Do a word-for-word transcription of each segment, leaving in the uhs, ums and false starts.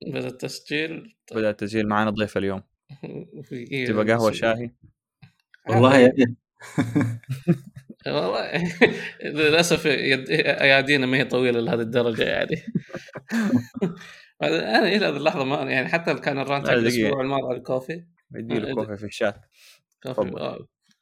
بدأ التسجيل. بدأ التسجيل. معنا ضيف اليوم. تبغى قهوة شاهي؟ والله يا والله للأسف يد... أيادينا ما هي طويلة لهذه الدرجة يعني. أنا إلى هذه اللحظة ما يعني حتى كان الرانت حق الأسبوع الماضي على الكوفي بدي له كوفي في الشات. كوفي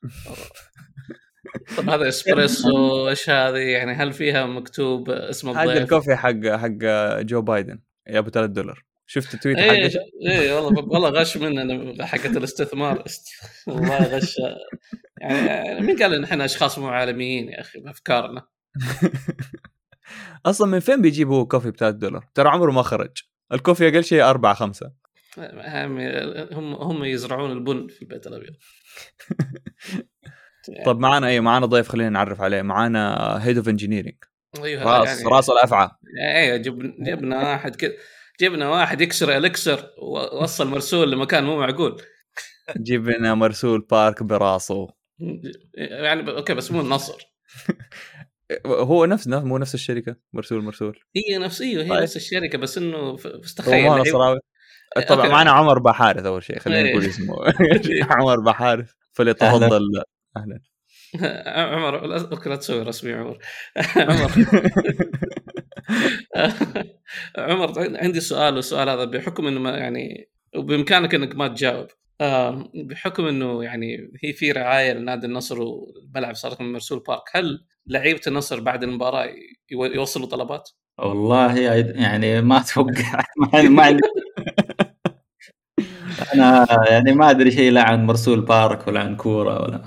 طب هذا اسبريسو ايش هذه يعني؟ هل فيها مكتوب اسم الضيف؟ هذا الكوفي حق حق جو بايدن يا ابو ثلاثة دولار. شفت التويت حقه؟ ايه ايه والله والله غش مننا حقة الاستثمار. والله غش يعني. مين قال ان احنا اشخاص مو عالميين يا اخي بافكارنا؟ اصلا من فين بيجيبوا كوفي ب ثلاثة دولار؟ ترى عمره ما خرج الكوفي، اقل شيء أربعة خمسة. هم هم يزرعون البن في البيت الابيض. طب معانا ايه؟ معانا ضيف خلينا نعرف عليه. معانا هيد اوف انجينيرنج. ايوه راس يعني راس الافعى. ايوه جبنا جبنا واحد كذا، جبنا واحد يكسر الكسر ووصل مرسول لمكان مو معقول. جبنا مرسول بارك براسه يعني اوكي بس مو النصر. هو نفس نفس مو نفس الشركه. مرسول مرسول هي نفس ايوه هي طيب. نفس الشركه بس انه تخيل هي... طبعا معنا عمر بحارث. اول شيء خلينا نقول اسمه عمر بحارث، فليتفضل. اهلا عمر. اوكي لا تسوي رسمي عمر. عمر عمر عندي سؤال، والسؤال هذا بحكم انه ما يعني وبامكانك انك ما تجاوب. آه بحكم انه يعني هي في رعايه لنادي النصر والملعب صارت من مرسول بارك، هل لعيبه النصر بعد المباراه يوصلوا طلبات؟ والله يعني ما اتوقع. ما عندي انا يعني ما ادري شيء لا عن مرسول بارك ولا عن كوره ولا.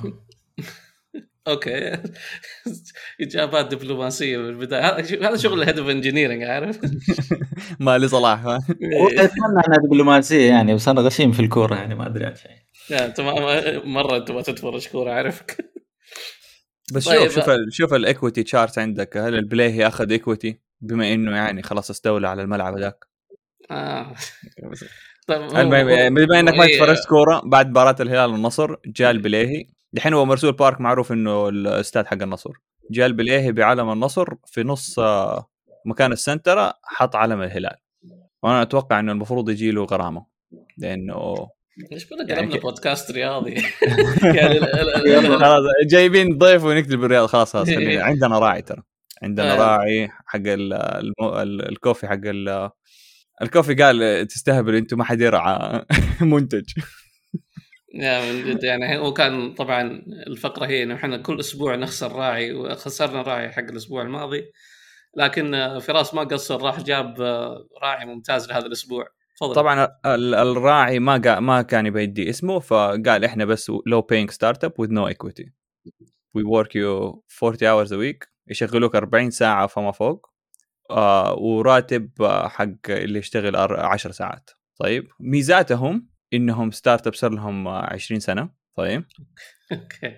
اوكي اجابات دبلوماسيه من البدايه. هذا شغل الهيد اوف انجينيرنج عارف. ما لي صلاح. اتمنى انها دبلوماسيه يعني، بس انا غشيم في الكوره يعني ما ادري عن شيء. لا انت مره انت ما تتفرج كوره عارفك. بس طيب شوف شوف ال شوف الايكويتي تشارت عندك. هل البلاي اخذ ايكويتي بما انه يعني خلاص استولى على الملعب هذاك؟ اه طيب بما انك ما تفرجت كوره بعد مباراه الهلال والنصر، جاء البلاهي الحين. هو مرسول بارك معروف انه الاستاد حق النصر. جاء البلاهي بعلم النصر في نص مكان السنترة، حط علم الهلال. وانا اتوقع انه المفروض يجي له غرامه لانه ايش بنا قلبنا يعني بودكاست رياضي. يعني خلاص جايبين ضيف ونكتب الرياض. خلاص خلاص خلينا. عندنا راعي ترى، عندنا راعي حق الكوفي حق الكوفي. قال تستهبل انتم ما حد يرعى منتج. يا من جد يعني. هو كان طبعا الفقره هي انه احنا كل اسبوع نخسر راعي، وخسرنا راعي حق الاسبوع الماضي، لكن فراس ما قصر راح جاب راعي ممتاز لهذا الاسبوع. فضل. طبعا الراعي ما ما كان يبي يدي اسمه، فقال احنا بس low paying startup with no equity. we work you forty hours a week. يشغلوك أربعين ساعه فما فوق. آه وراتب حق اللي يشتغل عشر ساعات. طيب ميزاتهم انهم ستارت اب صار لهم عشرين سنه. طيب اوكي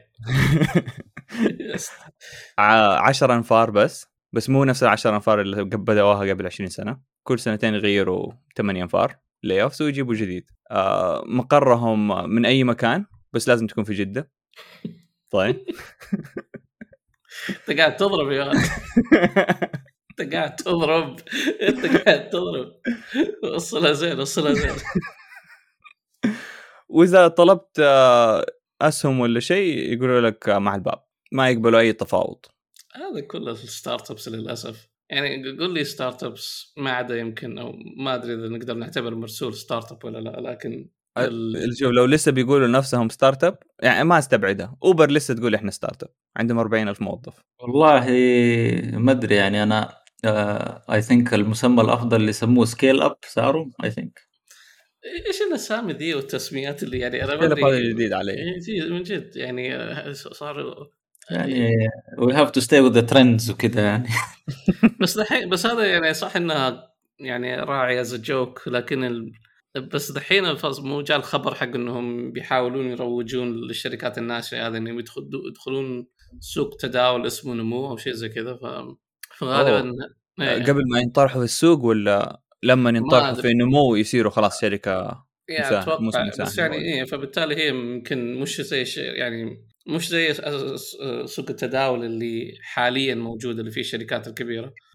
عشرة انفار بس بس مو نفس العشرة انفار اللي بدأوها قبل عشرين سنه. كل سنتين يغيروا ثمانية انفار لي اوفس ويجيبوا جديد. آه مقرهم من اي مكان بس لازم تكون في جده. طيب انت قاعد تضرب يا اخي. انت قاعد تضرب انت قاعد تضرب. وصلها زين وصلها زين. واذا طلبت اسهم ولا شيء يقولوا لك مع الباب، ما يقبلوا اي تفاوض. هذا كله في الستارت ابس للاسف. يعني قول لي ستارت ابس ما عدا يمكن، او ما ادري اذا نقدر نعتبر مرسول ستارت اب ولا لا، لكن ال... شوف لو لسه بيقولوا نفسهم ستارت اب يعني ما استبعدها. اوبر لسه تقول احنا ستارت اب، عندهم أربعين ألف موظف. والله ما ادري يعني. انا اي uh, ثينك المسمى الافضل اللي يسموه سكيل اب صاروا اي ثينك. ايش الاسامي دي والتسميات اللي يعني انا ما ادري. هذا جديد علي من جد يعني. صار يعني we have to stay with the trends وكذا يعني. بس دحين بس هذا يعني صح انها يعني راعي از جوك، لكن ال... بس دحين مو جاء الخبر حق انهم بيحاولون يروجون للشركات الناشئه هذه انهم يدخلون سوق تداول اسمه نمو او شيء زي كذا. ف... فغالبا إيه. قبل ما ينطرحوا في السوق ولا لما ينطرحوا في نمو يصيروا خلاص شركه يعني اتوقع. بس يعني ايه فبالتالي هي يمكن مش زي يعني مش زي سوق التداول اللي حاليا موجود اللي فيه الشركات الكبيره.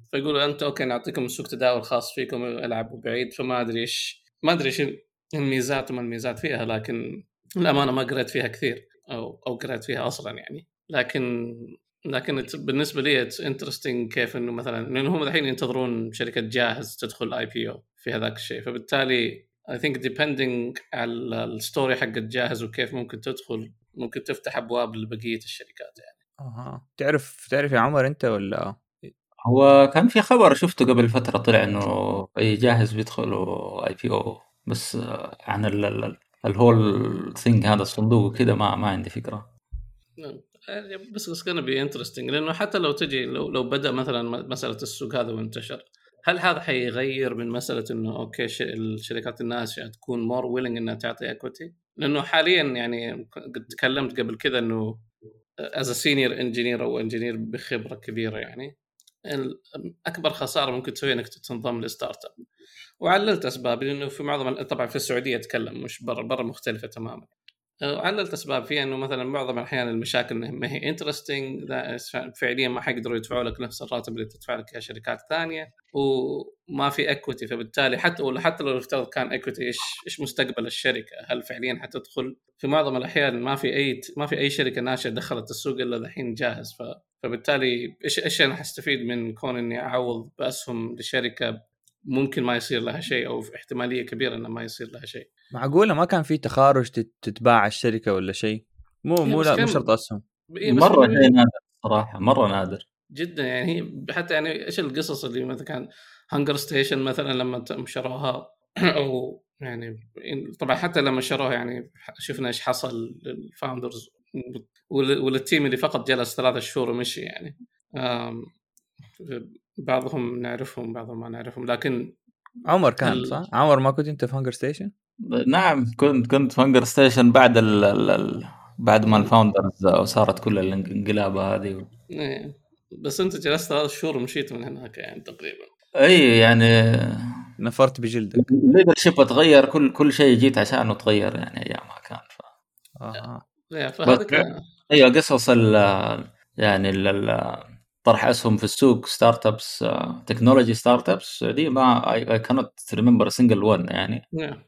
فيقولوا انت اوكي نعطيكم سوق تداول خاص فيكم العبوا بعيد. فما ادري ايش ما ادري ايش الميزات وما الميزات فيها، لكن الامانه ما قرأت فيها كثير او او قرأت فيها اصلا يعني. لكن لكن بالنسبه لي اتس انترستينج كيف انه مثلا لانهم الحين ينتظرون شركه جاهز تدخل اي بي او في هذاك الشيء، فبالتالي I think depending على الستوري حق الجاهز وكيف ممكن تدخل ممكن تفتح ابواب لبقيه الشركات يعني. اها تعرف تعرف يا عمر انت ولا؟ هو كان في خبر شفته قبل فترة طلع انه اي جاهز بيدخلوا اي بي او، بس آه، عن ال- ال- الهول ثينج هذا الصندوق وكذا ما ما عندي فكرة. بس it's gonna be interesting لانه حتى لو تجي لو لو بدا مثلا مساله السوق هذا وانتشر، هل هذا حيغير من مساله انه اوكي ش- الشركات الناشئه تكون مور ويلنج انها تعطي اكويتي؟ لانه حاليا يعني قد تكلمت قبل كذا انه از سينيور انجينير او انجينير بخبره كبيره يعني ال- اكبر خساره ممكن تسويها انك تنضم لستارت اب. وعللت اسباب لانه في معظم طبعا في السعوديه اتكلم مش برا برا مختلفه تماما. عللت اسباب فيها انه مثلا معظم الاحيان المشاكل ما هي انترستينج فعليا ما حيقدروا يدفعوا لك نفس الراتب اللي تدفع لك يا شركات ثانيه، وما في اكويتي. فبالتالي حتى ولا حتى لو افترض كان اكويتي ايش ايش مستقبل الشركه؟ هل فعليا حتدخل؟ في معظم الاحيان ما في اي ما في اي شركه ناشئه دخلت السوق الا الحين جاهز. ف فبالتالي ايش ايش انا حستفيد من كون اني اعوض باسهم لشركه ممكن ما يصير لها شيء او احتماليه كبيره انه ما يصير لها شيء؟ معقوله ما كان في تخارج تتباع الشركه ولا شيء؟ مو مو لا مو شرط اسهم. مرة شيء نادر صراحة، مرة نادر جدا يعني. حتى يعني ايش القصص اللي مثلا كان هانجر ستيشن مثلا لما شروها او يعني طبعا حتى لما شروها يعني شفنا ايش حصل للفاوندرز وللتيم اللي فقط جلس ثلاثة شهور ومشي يعني. بعضهم نعرفهم بعضهم ما نعرفهم. لكن عمر كان ال... صح؟ عمر ما كنت انت في هانجر ستيشن؟ نعم كنت كنت في هانجر ستيشن بعد ال ال ال بعد ما الفاوندرز وصارت كل الانقلابة هذه. بس انت جلست ثلاث شهور ومشيت من هناك يعني تقريبا. اي يعني نفرت بجلدك. الليدرشيب اتغير، كل كل شيء جيت عشانه تغير يعني ايامها كان ف... اه فهذا كان ايوه قصص ال يعني ال طرح اسهم في السوق ستارت ابس تكنولوجي ستارت ابس دي ما اي كانت ريمبر سنجل ون يعني.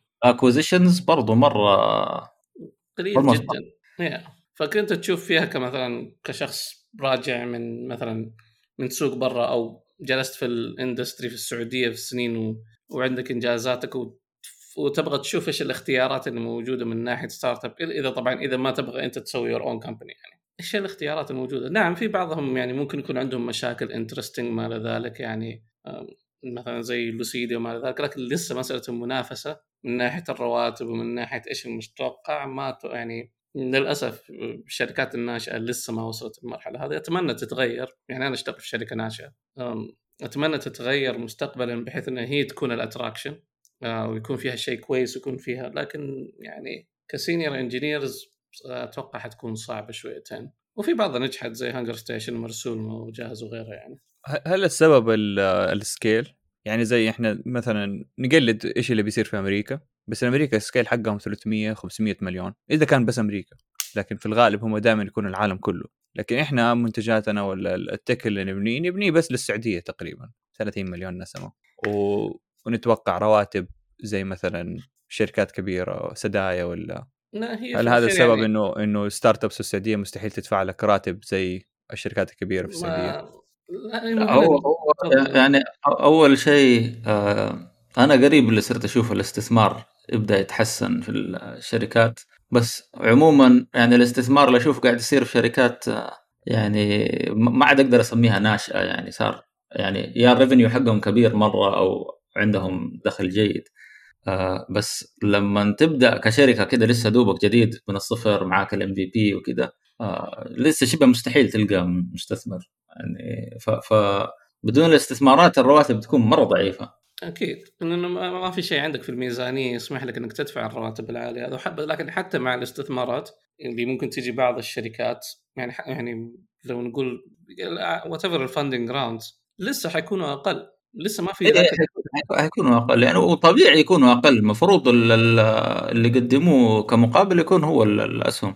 اكوزيشنز برضو مره قليل جدا. yeah. فكنت تشوف فيها كمثلا كشخص راجع من مثلا من سوق برا او جلست في الاندستري في السعوديه في السنين و... وعندك انجازاتك و... وتبغى تشوف ايش الاختيارات اللي موجوده من ناحيه ستارت اب، اذا طبعا اذا ما تبغى انت تسوي يور اون كمباني يعني ايش الاختيارات الموجوده. نعم في بعضهم يعني ممكن يكون عندهم مشاكل انترستينج ما لذلك يعني مثلا زي لوسيدي وما لذلك، لكن لسه مساله المنافسه من ناحيه الرواتب ومن ناحيه ايش المتوقع ما يعني للاسف الشركات الناشئه لسه ما وصلت المرحله هذه. اتمنى تتغير يعني. انا اشتغل في شركه ناشئه اتمنى تتغير مستقبلا بحيث انها هي تكون الاتراكشن ويكون فيها شيء كويس ويكون فيها، لكن يعني كسينيور انجينيرز اتوقع حتكون صعبه شويتين. وفي بعضها نجحت زي هانجر ستيشن ومرسول وجاهز وغيره يعني. هل السبب السكيل؟ يعني زي احنا مثلا نقلد ايش اللي بيصير في امريكا، بس امريكا السكيل حقهم ثلاثمية خمسمية مليون اذا كان بس امريكا، لكن في الغالب هم دائما يكون العالم كله. لكن احنا منتجاتنا ولا التك اللي نبنيه نبنيه بس للسعوديه تقريبا ثلاثين مليون نسمه و... ونتوقع رواتب زي مثلا شركات كبيره سدايا ولا. هل هذا السبب يعني... انه انه ستارت ابس السعوديه مستحيل تدفع لك راتب زي الشركات الكبيره في السعوديه؟ ما... هو هو يعني اول شيء آه انا قريب اللي صرت اشوف الاستثمار يبدا يتحسن في الشركات، بس عموما يعني الاستثمار اللي اشوف قاعد يصير في شركات يعني ما عاد اقدر اسميها ناشئه يعني. صار يعني يا الريفينيو حقهم كبير مره او عندهم دخل جيد آه بس لما تبدا كشركه كده لسه دوبك جديد من الصفر معاك الام في بي وكده آه لسه شبه مستحيل تلقى مستثمر يعني. ف, ف بدون الاستثمارات الرواتب تكون مره ضعيفه. اكيد انه ما في شيء عندك في الميزانيه يسمح لك انك تدفع الرواتب العاليه هذا. لكن حتى مع الاستثمارات اللي ممكن تيجي بعض الشركات يعني يعني لو نقول وات ايفر الفاندنج راوندز لسه حيكونوا اقل، لسه ما في ذاك حيكونوا اقل يعني، وطبيعي يكونوا اقل. المفروض اللي قدموه كمقابل يكون هو الاسهم.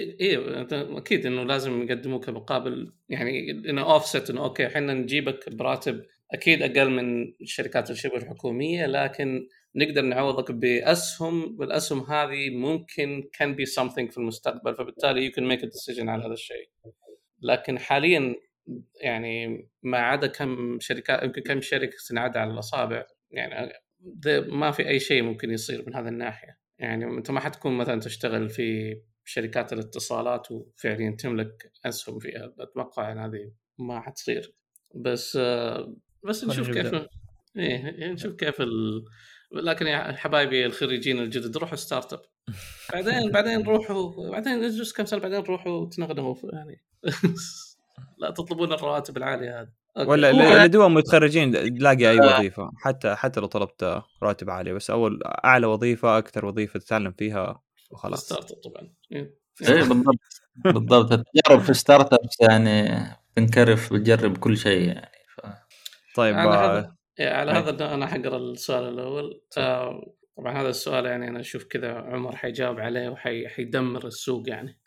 ايه اكيد انه لازم يقدموه كمقابل يعني انه اوفست انه اوكي احنا نجيبك براتب اكيد اقل من الشركات الشبه الحكوميه، لكن نقدر نعوضك باسهم، والاسهم هذه ممكن كان بي something في المستقبل، فبالتالي you can make a decision على هذا الشيء. لكن حاليا يعني ما عدا كم شركات، يمكن كم شركه سنعد على الاصابع، يعني ما في اي شيء ممكن يصير من هذه الناحيه. يعني انت ما حتكون مثلا تشتغل في شركات الاتصالات وفعليا تملك اسهم فيها، اتوقع ان هذه ما حتصير. بس بس نشوف كيف ايه نشوف كيف ال... لكن يا حبايبي الخريجين الجدد روحوا ستارت اب، بعدين بعدين روحوا بعدين اجلس كم سنه بعدين روحوا تنغنموا يعني لا تطلبون الرواتب العاليه هذه. ولا اللي دوام متخرجين تلاقي اي وظيفه، حتى حتى لو طلبت راتب عالي، بس اول اعلى وظيفه اكثر وظيفه تتعلم فيها وخلاص. ستارت اب طبعا ايه بالضبط بالضبط. التجارب في ستارت اب يعني تنكرف بتجرب كل شيء يعني ف... طيب على هذا على هذا انا حقرا السؤال الاول. آه طبعا هذا السؤال يعني انا اشوف كذا عمر حيجاوب عليه وحيدمر السوق يعني.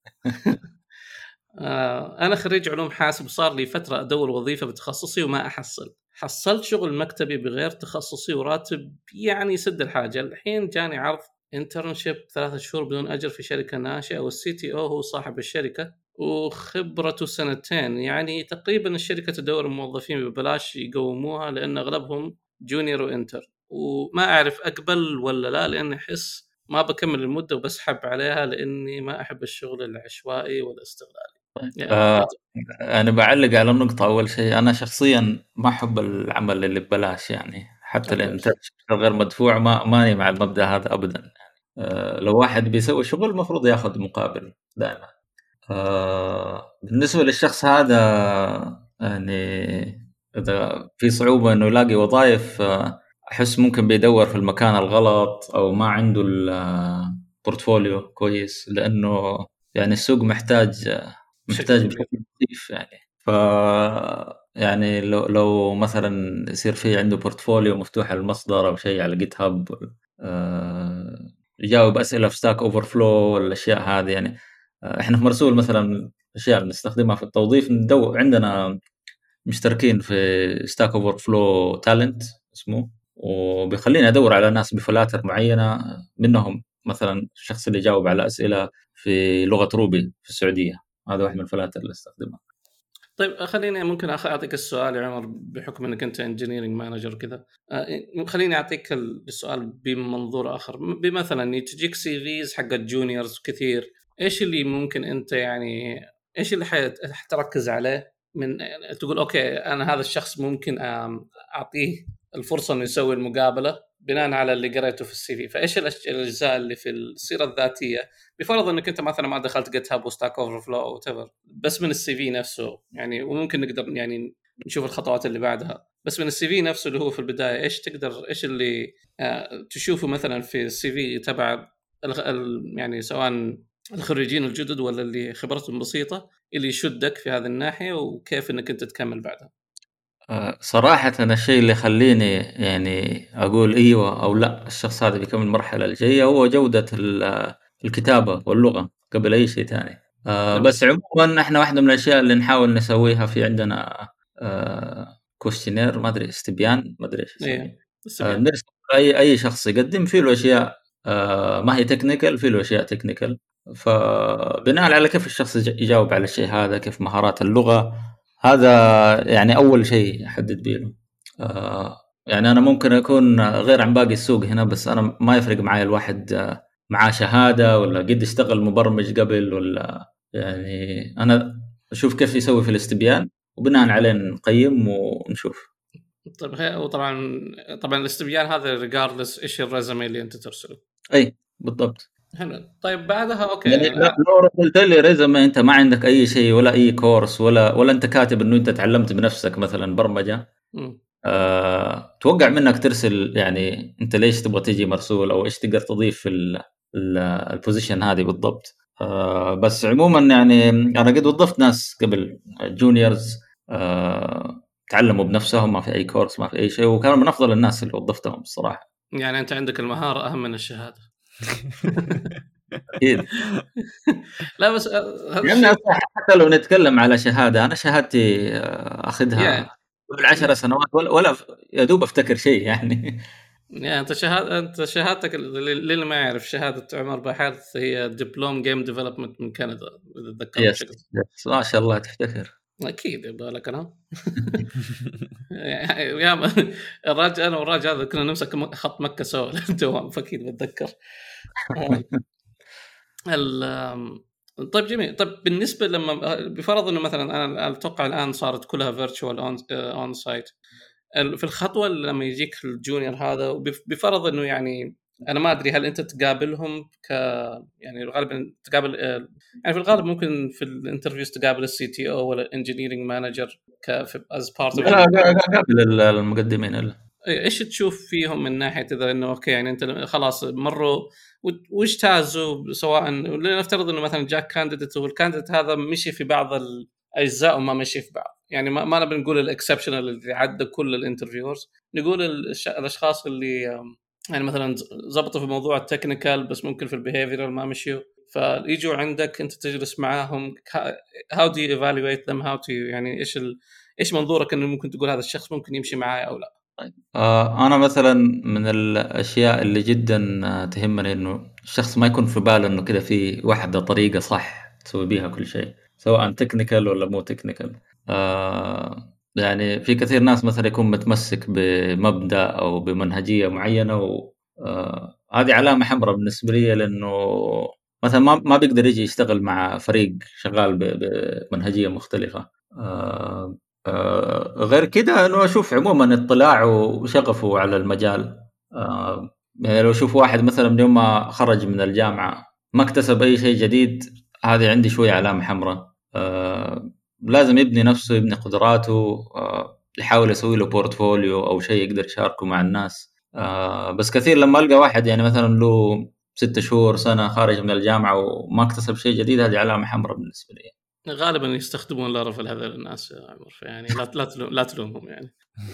آه انا خريج علوم حاسب وصار لي فتره ادور وظيفه بتخصصي وما احصل. حصلت شغل مكتبي بغير تخصصي وراتب يعني يسد الحاجه. الحين جاني عرض انترنشيب ثلاثة شهور بدون اجر في شركه ناشئه، والسي تي او هو صاحب الشركه وخبرته سنتين. يعني تقريبا الشركه تدور موظفين ببلاش يقوموها لان اغلبهم جونيور وانتر، وما اعرف اقبل ولا لا، لاني احس ما بكمل المده وبسحب عليها لاني ما احب الشغل العشوائي والاستغلالي. يعني آه انا بعلق على النقطه. اول شيء انا شخصيا ما احب العمل اللي ببلاش، يعني حتى الانترنشيب غير مدفوع ما ماني مع المبدا هذا ابدا. يعني آه لو واحد بيسوي شغل المفروض ياخذ مقابل دائما. آه بالنسبه للشخص هذا يعني اذا في صعوبه انه يلاقي وظائف، آه احس ممكن بيدور في المكان الغلط او ما عنده البورتفوليو كويس، لانه يعني السوق محتاج محتاج بشكل كثيف يعني. ف يعني لو لو مثلا يصير في عنده بورتفوليو مفتوح على المصدر او شيء على جيت هاب، آه يجاوب اسئله في ستاك اوفر فلو والاشياء هذه. يعني آه احنا في مرسول مثلا اشياء بنستخدمها في التوظيف، ندو عندنا مشتركين في ستاك اوفر فلو تالنت اسمه، وبيخليني ادور على ناس بفلاتر معينه، منهم مثلا الشخص اللي يجاوب على اسئله في لغه روبي في السعوديه، هذا واحد من الفلاتر اللي استخدمها. طيب خليني ممكن اعطيك السؤال يا عمر، بحكم انك انت انجينيرنج مانجر كذا، خليني اعطيك السؤال بمنظور اخر. بمثلا تجيك سي فيز حق الجونيورز كثير، ايش اللي ممكن انت يعني ايش اللي حتركز عليه من تقول اوكي انا هذا الشخص ممكن اعطيه الفرصه انه يسوي المقابله بناء على اللي قريته في السي في؟ فايش الاجزاء اللي في السيره الذاتيه، بفرض انك انت مثلا ما دخلت جيت هاب وستاك اوفر فلو او تيفر، بس من السي في نفسه يعني، وممكن نقدر يعني نشوف الخطوات اللي بعدها، بس من السي في نفسه اللي هو في البدايه، ايش تقدر ايش اللي آه تشوفه مثلا في السي في تبع يعني سواء الخريجين الجدد ولا اللي خبرتهم بسيطه اللي يشدك في هذه الناحيه، وكيف انك انت تكمل بعدها؟ صراحة أنا الشيء اللي يخليني يعني أقول أيوة أو لا الشخص هذا بيكمل المرحلة الجاية هو جودة الكتابة واللغة قبل أي شيء تاني. آه بس عموما إحنا واحدة من الأشياء اللي نحاول نسويها في عندنا آه كوستينير، ما أدري استبيان ما أدري إيش إيه. آه نرسل أي أي شخص يقدم فيه له أشياء آه ما هي تكنيكال، فيه له أشياء تكنيكال، فبناء على كيف الشخص يجاوب على الشيء هذا، كيف مهارات اللغة، هذا يعني أول شيء أحدد بيه. آه يعني أنا ممكن أكون غير عن باقي السوق هنا، بس أنا ما يفرق معي الواحد معاه شهادة ولا قد اشتغل مبرمج قبل ولا، يعني أنا أشوف كيف يسوي في الاستبيان وبناء عليه نقيم ونشوف. طيب وطبعا طبعا الاستبيان هذا ريجاردلس إيش الرزمي اللي أنت ترسله. أي بالضبط. حلو. طيب بعدها اوكي يعني لو قلت لي ريزومي انت ما عندك اي شيء ولا اي كورس ولا ولا انت كاتب انه انت تعلمت بنفسك مثلا برمجه، آه، توقع منك ترسل يعني انت ليش تبغى تيجي مرسول او ايش تقدر تضيف في البوزيشن هذه بالضبط. آه، بس عموما يعني انا قد وظفت ناس قبل جونيورز آه، تعلموا بنفسهم، ما في اي كورس ما في اي شيء، وكانوا من افضل الناس اللي وظفتهم الصراحه. يعني انت عندك المهاره اهم من الشهاده. اكيد. لا بس يعني حتى لو نتكلم على شهاده، انا شهادتي اخذها قبل عشر سنوات ولا ولا يا دوب افتكر شيء يعني. يعني انت شهاد انت شهادتك اللي ما يعرف شهاده عمر بحارث هي دبلوم جيم ديفلوبمنت من كندا اذا تذكر يس بشكل. يس ما شاء الله تفتكر. اكيد يبغى لك انا. يا ما- الراجل انا والراجل هذا كنا نمسك خط مكه سوا الدوام فاكيد بتذكر. ال طيب جميل. طيب بالنسبه لما بفرض انه مثلا انا اتوقع الان صارت كلها فيرتشوال اون اون سايت، في الخطوه لما يجيك الجونيور هذا بفرض انه يعني انا ما ادري هل انت تقابلهم ك يعني غالبا تقابل يعني في الغالب ممكن في الانترفيوز تقابل السي تي او ولا الانجينيرنج مانجر ك از بارت اوف قبل المقدمين ال ايش تشوف فيهم من ناحيه اذا انه اوكي يعني انت خلاص مروا واجتازوا سواء لنفترض انه مثلا جاك كانديديت والكانديديت هذا مشي في بعض الاجزاء وما مشي في بعض، يعني ما ما نبي نقول الاكسبشنال اللي عدى كل الانترفيورز، نقول الش... الاشخاص اللي يعني مثلا زبطوا في موضوع التكنيكال بس ممكن في البيهيفيرال ما مشيوا، فيجوا عندك انت تجلس معاهم how do you evaluate them how to يعني ايش ال... ايش منظورك انه ممكن تقول هذا الشخص ممكن يمشي معاي او لا؟ آه انا مثلا من الاشياء اللي جدا تهمني انه الشخص ما يكون في باله انه كده في واحدة طريقة صح تسوي بيها كل شيء سواء تكنيكال ولا مو تكنيكال. آه يعني في كثير ناس مثلا يكون متمسك بمبدأ او بمنهجية معينة وهذه آه علامة حمراء بالنسبة لي، لانه مثلا ما ما بيقدر يجي يشتغل مع فريق شغال بمنهجية مختلفة. آه آه غير كده انه اشوف عموما اطلاعه وشغفه على المجال. آه يعني لو اشوف واحد مثلا من يوم ما خرج من الجامعة ما اكتسب اي شيء جديد، هذه عندي شوية علامة حمراء. آه لازم يبني نفسه يبني قدراته، آه يحاول يسوي له بورتفوليو او شيء يقدر يشاركه مع الناس. آه بس كثير لما القى واحد يعني مثلا له ست شهور سنة خارج من الجامعة وما اكتسب شيء جديد، هذه علامة حمراء بالنسبة لي. غالبا يستخدمون لارافيل هذول الناس يا عمر، يعني لا لا تلوم لا تلومهم يعني.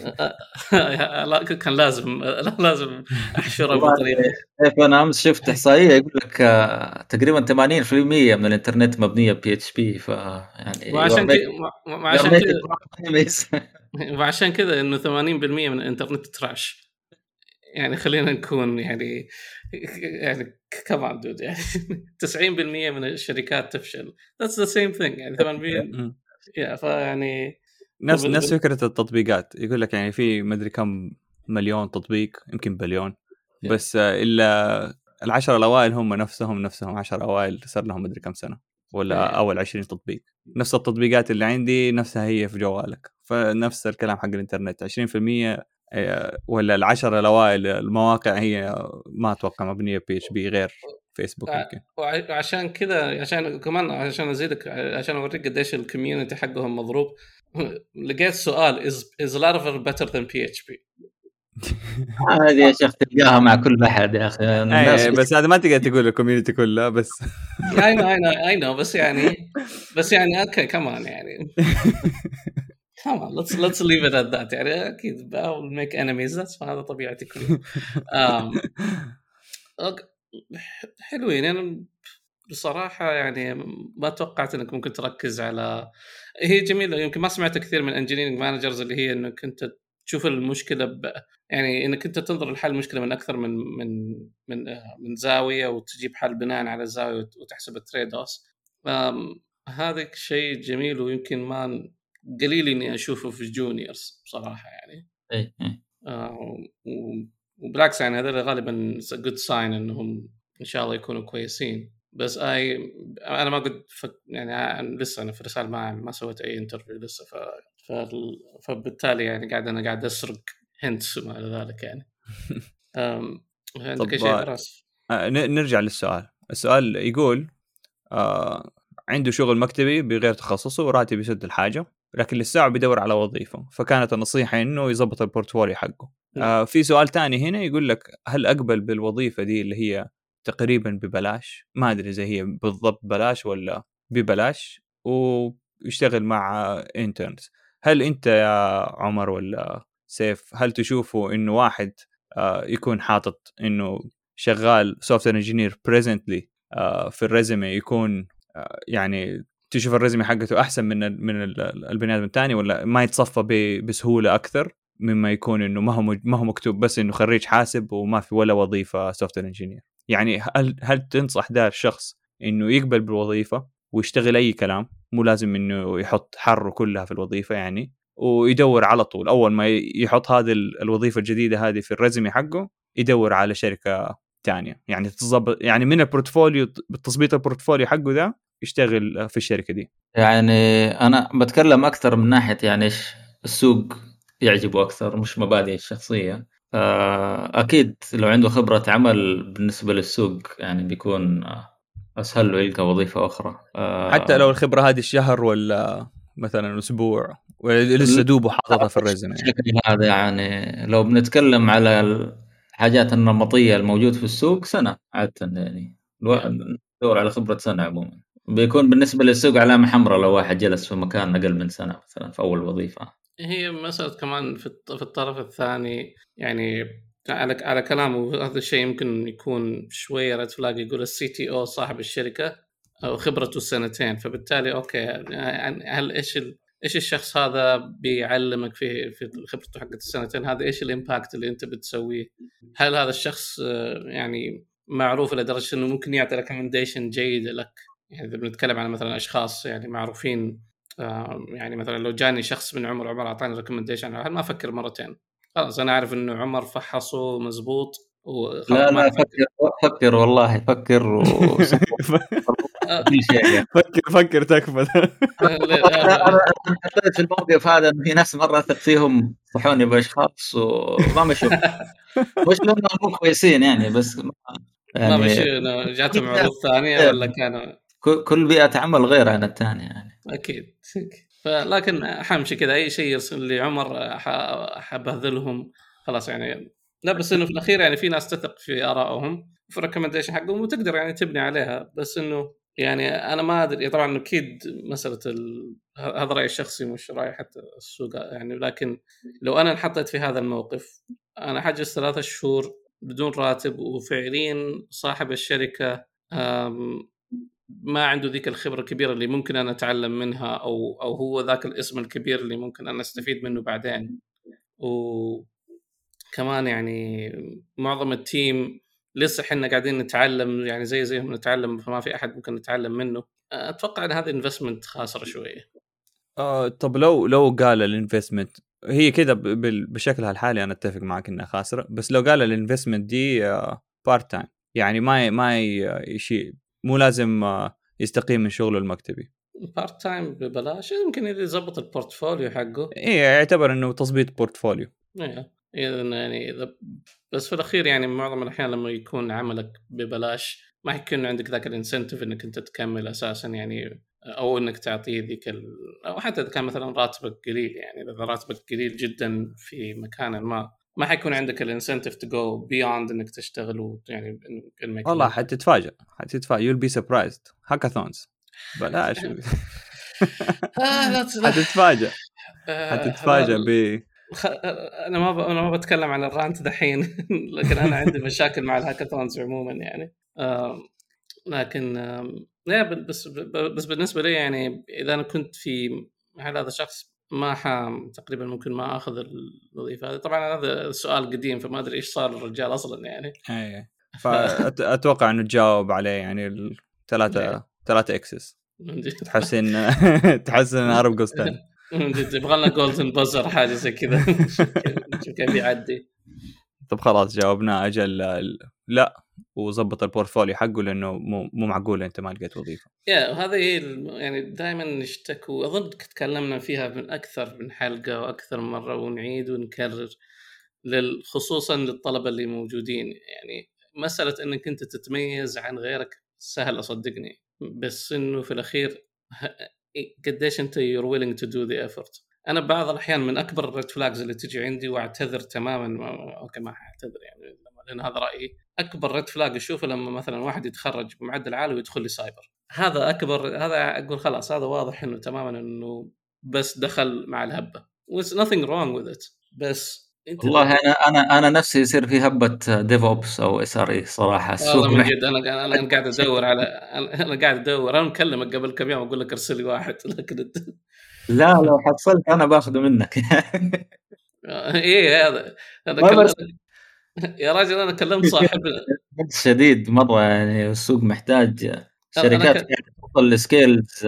لا كان لازم لازم احشره بطريقه. كيف انا امس شفت احصائيه يقول لك آه تقريبا ثمانين بالمئة من الانترنت مبنيه بي اتش بي، فيعني وعشان كذا وعشان كذا وعشان كذا انه ثمانين بالمئة من الانترنت تراش، يعني خلينا نكون يعني يعني كمان دود يعني تسعين بالمئة من الشركات تفشل. That's the same thing يعني ثمانين بالمئة يا فيعني نفس نفس فكرة التطبيقات، يقول لك يعني في مدري كم مليون تطبيق يمكن بليون بس إلا العشرة الأوائل هم نفسهم نفسهم عشرة أوائل صار لهم مدري كم سنة ولا أول عشرين تطبيق. نفس التطبيقات اللي عندي نفسها هي في جوالك، فنفس الكلام حق الإنترنت عشرين بالمئة ولا العشرة الأوائل المواقع هي ما أتوقع مبنية بي اتش بي غير فيسبوك يمكن. وعشان كذا عشان كمان عشان أزيدك عشان أوريك قديش الكوميونتي حقهم مضروب، لقيت سؤال is is Laravel better than بي اتش بي؟ هذه يا شيخ تلقاها مع كل أحد يا أخي الناس بس هذا ما تقدر تقول الكوميونتي كلها بس I know I know I know بس يعني بس يعني أوكي كمان يعني come on let's let's leave it at that يعني أكيد I will make enemies that's هذا طبيعتي كله. um, حلوين يعني بصراحة يعني ما توقعت انك ممكن تركز على هي جميلة. يمكن ما سمعت كثير من انجينيرنج مانجرز اللي هي انك انت تشوف المشكلة ب... يعني انك انت تنظر لحل المشكلة من اكثر من من من من زاوية وتجيب حل بناء على الزاوية وتحسب التريد اوف. هذا شيء جميل ويمكن ما قليل اني اشوفه في جونيورز بصراحة يعني. اي آه وبالعكس يعني هذا غالبا good sign انهم ان شاء الله يكونوا كويسين. بس اي انا ما قد فك... يعني لسه انا في رسالة ما ما سويت اي انترفيو لسه ف... ف... فبالتالي يعني قاعد انا قاعد اسرق هنتس وما الى ذلك يعني. أم... عندك شيء فراس؟ نرجع للسؤال. السؤال يقول آه عنده شغل مكتبي بغير تخصصه وراتب يسد الحاجة، لكن للساعة بيدور على وظيفة، فكانت النصيحة إنه يضبط البورتفوليو حقه. آه في سؤال تاني هنا يقول لك هل أقبل بالوظيفة دي اللي هي تقريبا ببلاش، ما أدري إذا هي بالضبط بلاش ولا ببلاش، ويشتغل مع انترنز. هل أنت يا عمر ولا سيف هل تشوفوا إنه واحد آه يكون حاطط إنه شغال سوفتوير انجينير بريزنتلي في الريزمي يكون يعني تشوف الريزمي حقته احسن من من البني ادم الثاني ولا ما يتصفى بسهوله اكثر مما يكون انه ما هو ما هو مكتوب بس انه خريج حاسب وما في ولا وظيفه سوفت وير انجينير. يعني هل هل تنصح ده الشخص انه يقبل بالوظيفه ويشتغل اي كلام، مو لازم انه يحط حره كلها في الوظيفه يعني، ويدور على طول اول ما يحط هذه الوظيفه الجديده هذه في الريزمي حقه يدور على شركه ثانيه يعني تظبط يعني من البورتفوليو بالتظبيط البورتفوليو حقه ده يشتغل في الشركه دي. يعني انا بتكلم اكثر من ناحيه يعني ايش السوق يعجبه اكثر مش مبادئ الشخصيه. اكيد لو عنده خبره عمل بالنسبه للسوق يعني بيكون اسهل له يلقى وظيفه اخرى. حتى لو الخبره هذه الشهر ولا مثلا اسبوع ولسه دوبه حاططها في الريزمي يعني. هذا يعني لو بنتكلم على الحاجات النمطيه الموجود في السوق سنه عاده يعني ندور على خبره سنه عموما بيكون بالنسبه للسوق علامه حمراء لو واحد جلس في مكان اقل من سنه مثلا في اول وظيفه. هي مسألة كمان في في الطرف الثاني يعني على على كلامه هذا الشيء يمكن يكون شوية رد فلاج. يقول السي تي او صاحب الشركة أو خبرته سنتين، فبالتالي أوكي يعني هل إيش ال... إيش الشخص هذا بيعلمك في في خبرته حقت السنتين هذا؟ إيش الإمباكت اللي أنت بتسويه؟ هل هذا الشخص يعني معروف لدرجة إنه ممكن يعطي ريكومنديشن جيدة لك؟ يعني إذا بنتكلم عن مثلا أشخاص يعني معروفين، يعني مثلا لو جاني شخص من عمر عمر أعطاني ريكومنديشن هل ما أفكر مرتين؟ خلاص أنا أعرف إنه عمر فحصه مزبوط. لا لا فكر فكر والله فكر وسوي كل شيء يعني. فكر فكر تكفى. أنا حطيت في الموقف هذا إن في ناس مرة أثق فيهم صحوني بأشخاص وما مشوا مش لأنهم مو كويسين يعني بس يعني ما مشوا جاتهم عروض ثانية ولا كانوا كل بيئة عمل غير عن الثانية يعني. أكيد. فلكن حمشي كذا أي شيء يرسل لي عمر حبهذلهم خلاص يعني. لا بس إنه في الأخير يعني في ناس تثق في آرائهم في ريكومنديشن حقهم وتقدر يعني تبني عليها. بس إنه يعني أنا ما أدري طبعا أكيد مسألة ال... هذا رأيي الشخصي مش رأي حتى السوق يعني. لكن لو أنا انحطيت في هذا الموقف أنا حجز ثلاثة شهور بدون راتب وفعليا صاحب الشركة ما عنده ذيك الخبرة الكبيرة اللي ممكن أنا أتعلم منها أو أو هو ذاك الاسم الكبير اللي ممكن أنا أستفيد منه بعدين. وكمان يعني معظم التيم لسه إحنا قاعدين نتعلم يعني زي زيهم نتعلم فما في أحد ممكن نتعلم منه. أتوقع أن هذه انفستمنت خاسرة شوية. آه طب لو لو قال الانفستمنت هي كده بشكلها الحالي أنا أتفق معك إنها خاسرة. بس لو قال الانفستمنت دي بارت تايم يعني ما ما شيء مو لازم يستقيم من شغله المكتبي بارت تايم ببلاش يمكن إذا يضبط البورتفوليو حقه. إيه يعتبر إنه تظبيط بورتفوليو. إيه يعني إذا بس في الأخير يعني معظم الأحيان لما يكون عملك ببلاش ما يكون عندك ذاك الانسنتيف إنك أنت تكمل أساسا يعني أو إنك تعطيه ذيك ال... أو حتى إذا كان مثلا راتبك قليل يعني إذا راتبك قليل جدا في مكان ما ما حيكون عندك الانسنتيف to go beyond إنك تشتغل ويعني إنك والله حتتفاجأ حتتفاجأ you'll be surprised hackathons بلاش حتتفاجأ حتتفاجأ ب خ... انا ما ب... انا ما بتكلم عن الرانت دحين لكن انا عندي مشاكل مع الهاكاثونز عموما يعني. آه... لكن آه... لا بس بس بالنسبه لي يعني اذا انا كنت في محل هذا الشخص ما ح... تقريبا ممكن ما اخذ الوظيفه هذه. طبعا هذا السؤال قديم فما ادري ايش صار للرجال اصلا يعني. اي فاتوقع انه تجاوب عليه يعني الثلاثه ثلاثه اكسس تحسن تحسن عرب قسطن يبغى لنا جولدن بازر حاجه زي كذا نشوف كيف يعدي. طب خلاص جاوبنا اجل لا وظبط البورتفوليو حقه لانه مو مو معقول انت ما لقيت وظيفه. يا هذا يعني دائما نشتكوا اظن تكلمنا فيها من اكثر من حلقه واكثر مره ونعيد ونكرر خصوصا للطلبه اللي موجودين يعني مساله انك انت تتميز عن غيرك سهل اصدقني بس انه في الاخير قديش انت you're willing to do the effort. انا بعض الاحيان من اكبر الريد فلاجز اللي تجي عندي واعتذر تماما اوكي ما اعتذر يعني لان هذا رايي اكبر ريد فلاج اشوفه لما مثلا واحد يتخرج بمعدل عالي ويدخل لي سايبر. هذا اكبر هذا اقول خلاص هذا واضح انه تماما انه بس دخل مع الهبه with nothing wrong with it. بس انت والله انا انا انا نفسي يصير في هبه ديف اوبس او اس ار اي صراحه. السوق والله من محتاج. جد انا انا أنا قاعد ادور على انا أنا قاعد ادور. انا مكلمك قبل كم يوم اقول لك ارسل لي واحد لكن انت لا لو حصلت انا باخذه منك. ايه هذا هذا ما كلام بس يا راجل. انا كلمت صاحب بس شديد مره، يعني السوق محتاج انا أنا شركات ك... قاعده توصل لسكيلز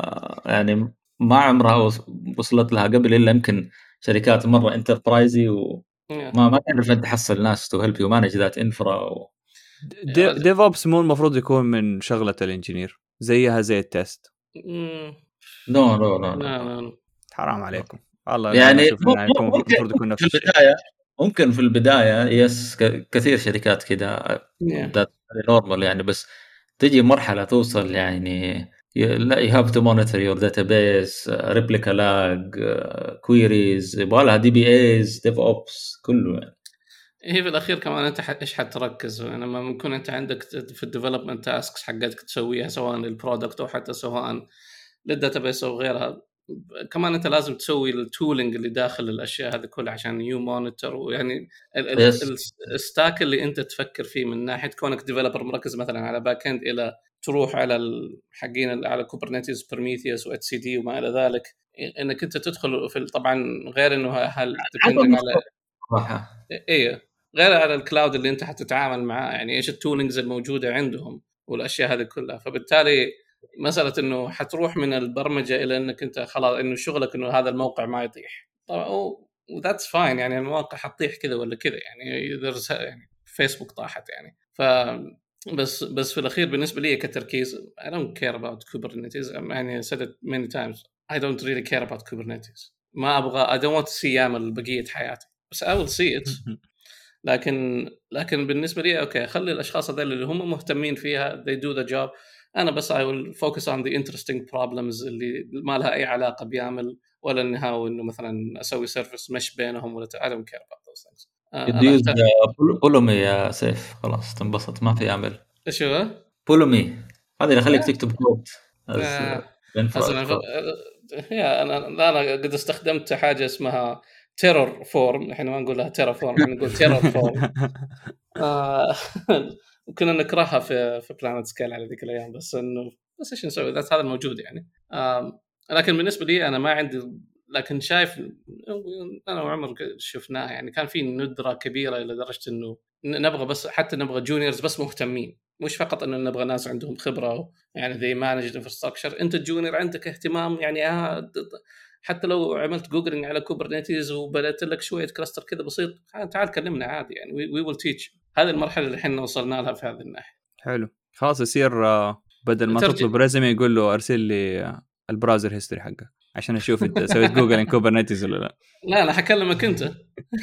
يعني ما عمرها وص- وصلت لها قبل، الا يمكن شركات مره انتربرايزي وما ما تعرف انت تحصل ناس تو هيلب يو مانج ذات انفرا. يا راجل ديف اوبس مو المفروض يكون من شغله الانجينير زيها زي التست؟ مم. نو نو نو لا نو لا حرام عليكم والله. يعني انا اشوف مم- انه يكون ممكن المفروض يكون ممكن نفس في الشيء. البدايه ممكن في البدايه يس ك- كثير شركات كذا Yeah. ذات نورمال يعني، بس تجي مرحله توصل يعني ي- لا you have to monitor your database replica lag queries يبغى لها دي بي ايز ديف اوبس كله يعني. هي في الاخير كمان انت ح- ايش حتركز يعني لما يكون انت عندك ت- في الديفلوبمنت تاسكس حقتك تسويها سواء للبرودكت او حتى سواء للداتابيس او غيرها. كمان انت لازم تسوي التولينج اللي داخل الاشياء هذه كلها عشان يو مونيتور ويعني يس الستاك اللي انت تفكر فيه من ناحيه كونك ديفلوبر مركز مثلا على باك اند الى تروح على الحقين على كوبرنيتيز بروميثيوس واتش سي دي وما الى ذلك. انك انت تدخل في طبعا غير انه هل عدد ديبندنج على مختلف صراحه. ايه غير على الكلاود اللي انت حتتعامل معاه يعني ايش التولينجز الموجوده عندهم والاشياء هذه كلها. فبالتالي مساله انه حتروح من البرمجه الى انك انت خلاص انه شغلك انه هذا الموقع ما يطيح طبعا وذاتس فاين يعني المواقع حتطيح كذا ولا كذا يعني يعني فيسبوك طاحت يعني. ف بس بس في الاخير بالنسبه لي كتركيز I don't care about Kubernetes يعني said it many times I don't really care about Kubernetes. ما ابغى I don't want to see يعمل بقيه حياتي بس I will see it. لكن لكن بالنسبه لي اوكي خلي الاشخاص هذول اللي هم مهتمين فيها they do the job. انا بس I will focus on the interesting problems اللي ما لها اي علاقه بيعمل ولا انها انه مثلا اسوي سيرفيس مش بينهم ولا I don't care about those things. انا يوز احتاج بولومي يا سيف خلاص تنبسط ما في عمل. ايش هو؟ بولومي هذا اللي يخليك تكتب كود آه. از اصلا ف... يا انا انا قد استخدمت حاجه اسمها تيرور فورم. احنا ما نقول لها تيرا فورم احنا نقول تيرور فورم. آه. وكنا نكرهها في في بلانت سكيل على ذيك الايام بس انه بس ايش نسوي هذا الموجود يعني. آه. لكن بالنسبه لي انا ما عندي لكن شايف انا وعمر شفناها يعني كان في ندره كبيره الى درجه انه نبغى بس حتى نبغى جونيورز بس مهتمين مش فقط انه نبغى ناس عندهم خبره يعني ذي مانجد انفراستراكشر. انت جونيور عندك اهتمام يعني آه حتى لو عملت جوجلينج على كوبرنيتيز وبدات لك شويه كلاستر كذا بسيط تعال كلمنا عادي يعني وي ويل تيتش. هذه المرحله اللي احنا وصلنا لها في هذه الناحيه. حلو خلاص يصير بدل ما ترجع تطلب ريزمي يقول له ارسل لي البراوزر هيستوري حقك عشان اشوف انت سويت جوجل ان كوبرنيتيز ولا لا. لا انا حكلمك انت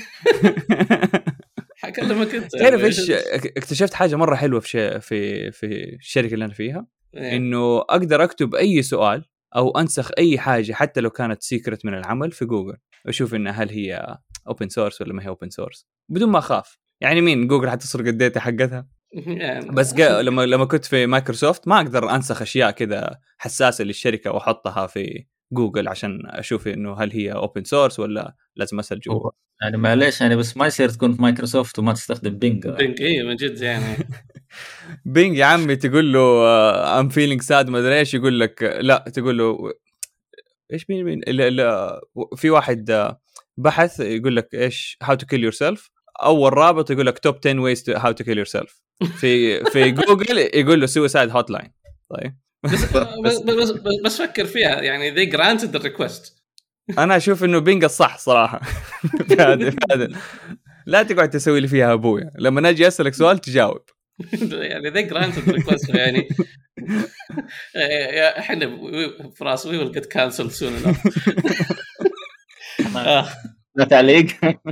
حكلمك انت تعرف ايش اكتشفت حاجه مره حلوه في شيء في في الشركه اللي انا فيها إيه. انه اقدر اكتب اي سؤال او انسخ اي حاجه حتى لو كانت سيكرت من العمل في جوجل واشوف انها هل هي اوبن سورس ولا ما هي اوبن سورس بدون ما اخاف. يعني مين جوجل حتسرق الداتا حقتها يعني بس جا لما لما كنت في مايكروسوفت ما اقدر انسخ اشياء كذا حساسه للشركه واحطها في جوجل عشان اشوف انه هل هي اوبن سورس ولا لازم اسال جوجل. يعني معليش يعني بس ما يصير تكون في مايكروسوفت وما تستخدم بينج. بينج ايه من جد يعني بينج يا عمي تقول له ام فيلينج ساد ما ادري ايش يقول لك لا تقول له ايش مين مين لا لا في واحد بحث يقول لك ايش how to kill yourself اول رابط يقول لك top ten ways to how to kill yourself في في جوجل يقول له suicide hotline. طيب بس بس بس, بس, بس فكر فيها يعني they granted the request. انا اشوف انه بينج الصح صراحه. هذا هذا لا تقعد تسوي لي فيها ابويا لما نجي اسالك سؤال تجاوب. يعني they granted the request يعني يا احنا في راس we will get cancelled soon enough. لا تعليق.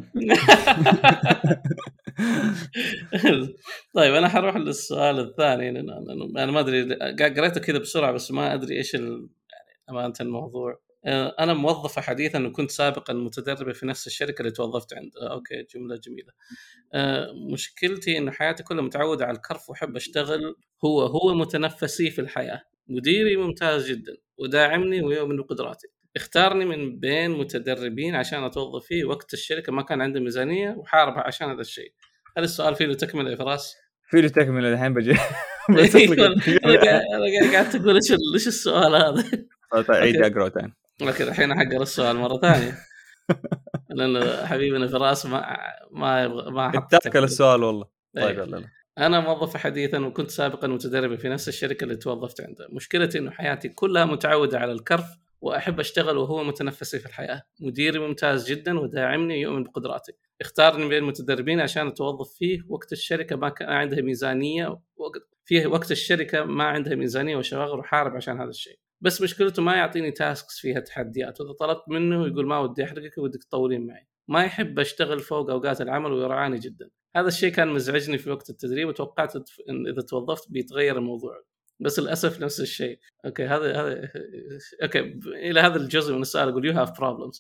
طيب انا حروح للسؤال الثاني لان انا ما ادري قريته كذا بسرعه بس ما ادري ايش ال... يعني امانه الموضوع. انا موظفه حديثا وكنت سابقا متدربه في نفس الشركه اللي توظفت عندها. اوكي جمله جميله. مشكلتي انه حياتي كلها متعوده على الكرف واحب اشتغل هو هو متنفسي في الحياه. مديري ممتاز جدا وداعمني ويؤمن بقدراتي اختارني من بين متدربين عشان اتوظف فيه وقت الشركه ما كان عنده ميزانيه وحارب عشان هذا الشيء. هل السؤال فيه له تكمله يا فراس؟ في له تكمله الحين بجي. بس انا قاعد قاعد تقول ايش ايش السؤال هذا؟ طيب عيد اقرا ثاني. اوكي الحين حقرا السؤال مره ثانيه لانه حبيبنا فراس ما ما يبغى ما حط اتذكر السؤال والله. طيب يلا. أنا موظف حديثاً وكنت سابقاً متدرباً في نفس الشركة اللي توظفت عندها. مشكلتي إنه حياتي كلها متعودة على الكرف وأحب أشتغل وهو متنفسي في الحياة. مديري ممتاز جداً وداعمني ويؤمن بقدراتي. اختارني بين المتدربين عشان أتوظف فيه وقت الشركة ما كان عندها ميزانية وقت فيه وقت الشركة ما عندها ميزانية وشغال وحارب عشان هذا الشيء. بس مشكلته ما يعطيني تاسكس فيها تحديات، وإذا طلبت منه يقول ما ودي أحرقك ودك تطولين معي. ما يحب أشتغل فوق أوقات العمل ويرعاني جداً. هذا الشيء كان مزعجني في وقت التدريب وتوقعت إن إذا توظفت بيتغير الموضوع، بس للأسف نفس الشيء. أوكي هذا هذا أوكي إلى هذا الجزء من السؤال أقول you have problems.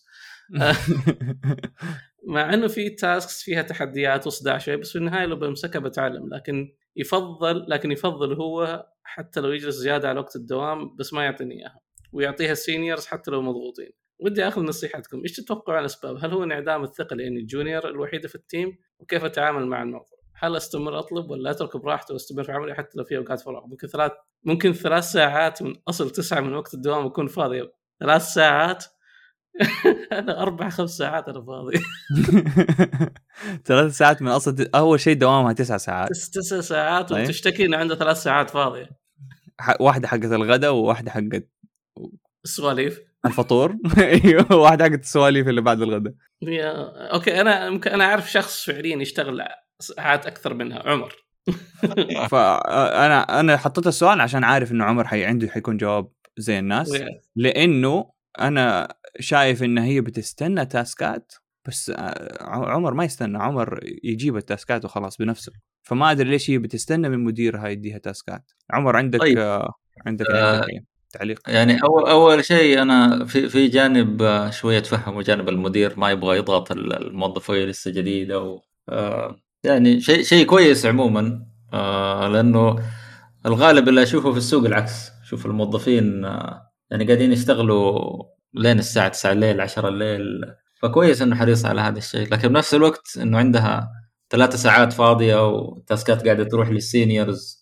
مع إنه في تاسكس فيها تحديات وصداع شوي، بس في النهاية لو بمسكها بتعلم. لكن يفضل لكن يفضل هو حتى لو يجلس زيادة على وقت الدوام بس ما يعطيني إياها، ويعطيها السينيورز حتى لو مضغوطين. ودي أخذ نصيحتكم، إيش تتوقعوا عن الأسباب؟ هل هو انعدام الثقة لأني الجونيور الوحيدة في التيم؟ وكيف أتعامل مع الموضوع؟ هل أستمر أطلب ولا أترك براحته وأستمر في عملي حتى لو في أوقات فراغ؟ ممكن ثلاث ممكن ثلاث ساعات من أصل تسعة من وقت الدوام أكون فاضي. ثلاث ساعات أنا أربع خمس ساعات أنا فاضي. ثلاث ساعات من أصل أول شيء دوامها تسع ساعات. تسع ساعات وتشتكي إن عنده ثلاث ساعات فاضية. واحدة حقت الغداء وواحدة حقت السواليف الفطور. ايوه واحد حق السواليف اللي بعد الغداء. اوكي انا ممكن انا اعرف شخص فعليا يشتغل ساعات اكثر منها، عمر. فانا انا حطيت السؤال عشان عارف انه عمر حي عنده حيكون جواب زي الناس، لانه انا شايف ان هي بتستنى تاسكات، بس عمر ما يستنى، عمر يجيب التاسكات وخلاص بنفسه. فما ادري ليش هي بتستنى من مديرها يديها تاسكات. عمر عندك طيب. آه عندك آه تعليق؟ يعني أول أول شيء أنا في في جانب شوية تفهم وجانب المدير ما يبغى يضغط الموظف وهي لسه جديدة و يعني شيء شيء كويس عموما، لأنه الغالب اللي أشوفه في السوق العكس. شوف الموظفين يعني قاعدين يشتغلوا لين الساعة تسعة الليل عشرة الليل، فكويس إنه حريص على هذا الشيء. لكن بنفس الوقت إنه عندها ثلاثة ساعات فاضية وتاسكات قاعدة تروح للسينيورز.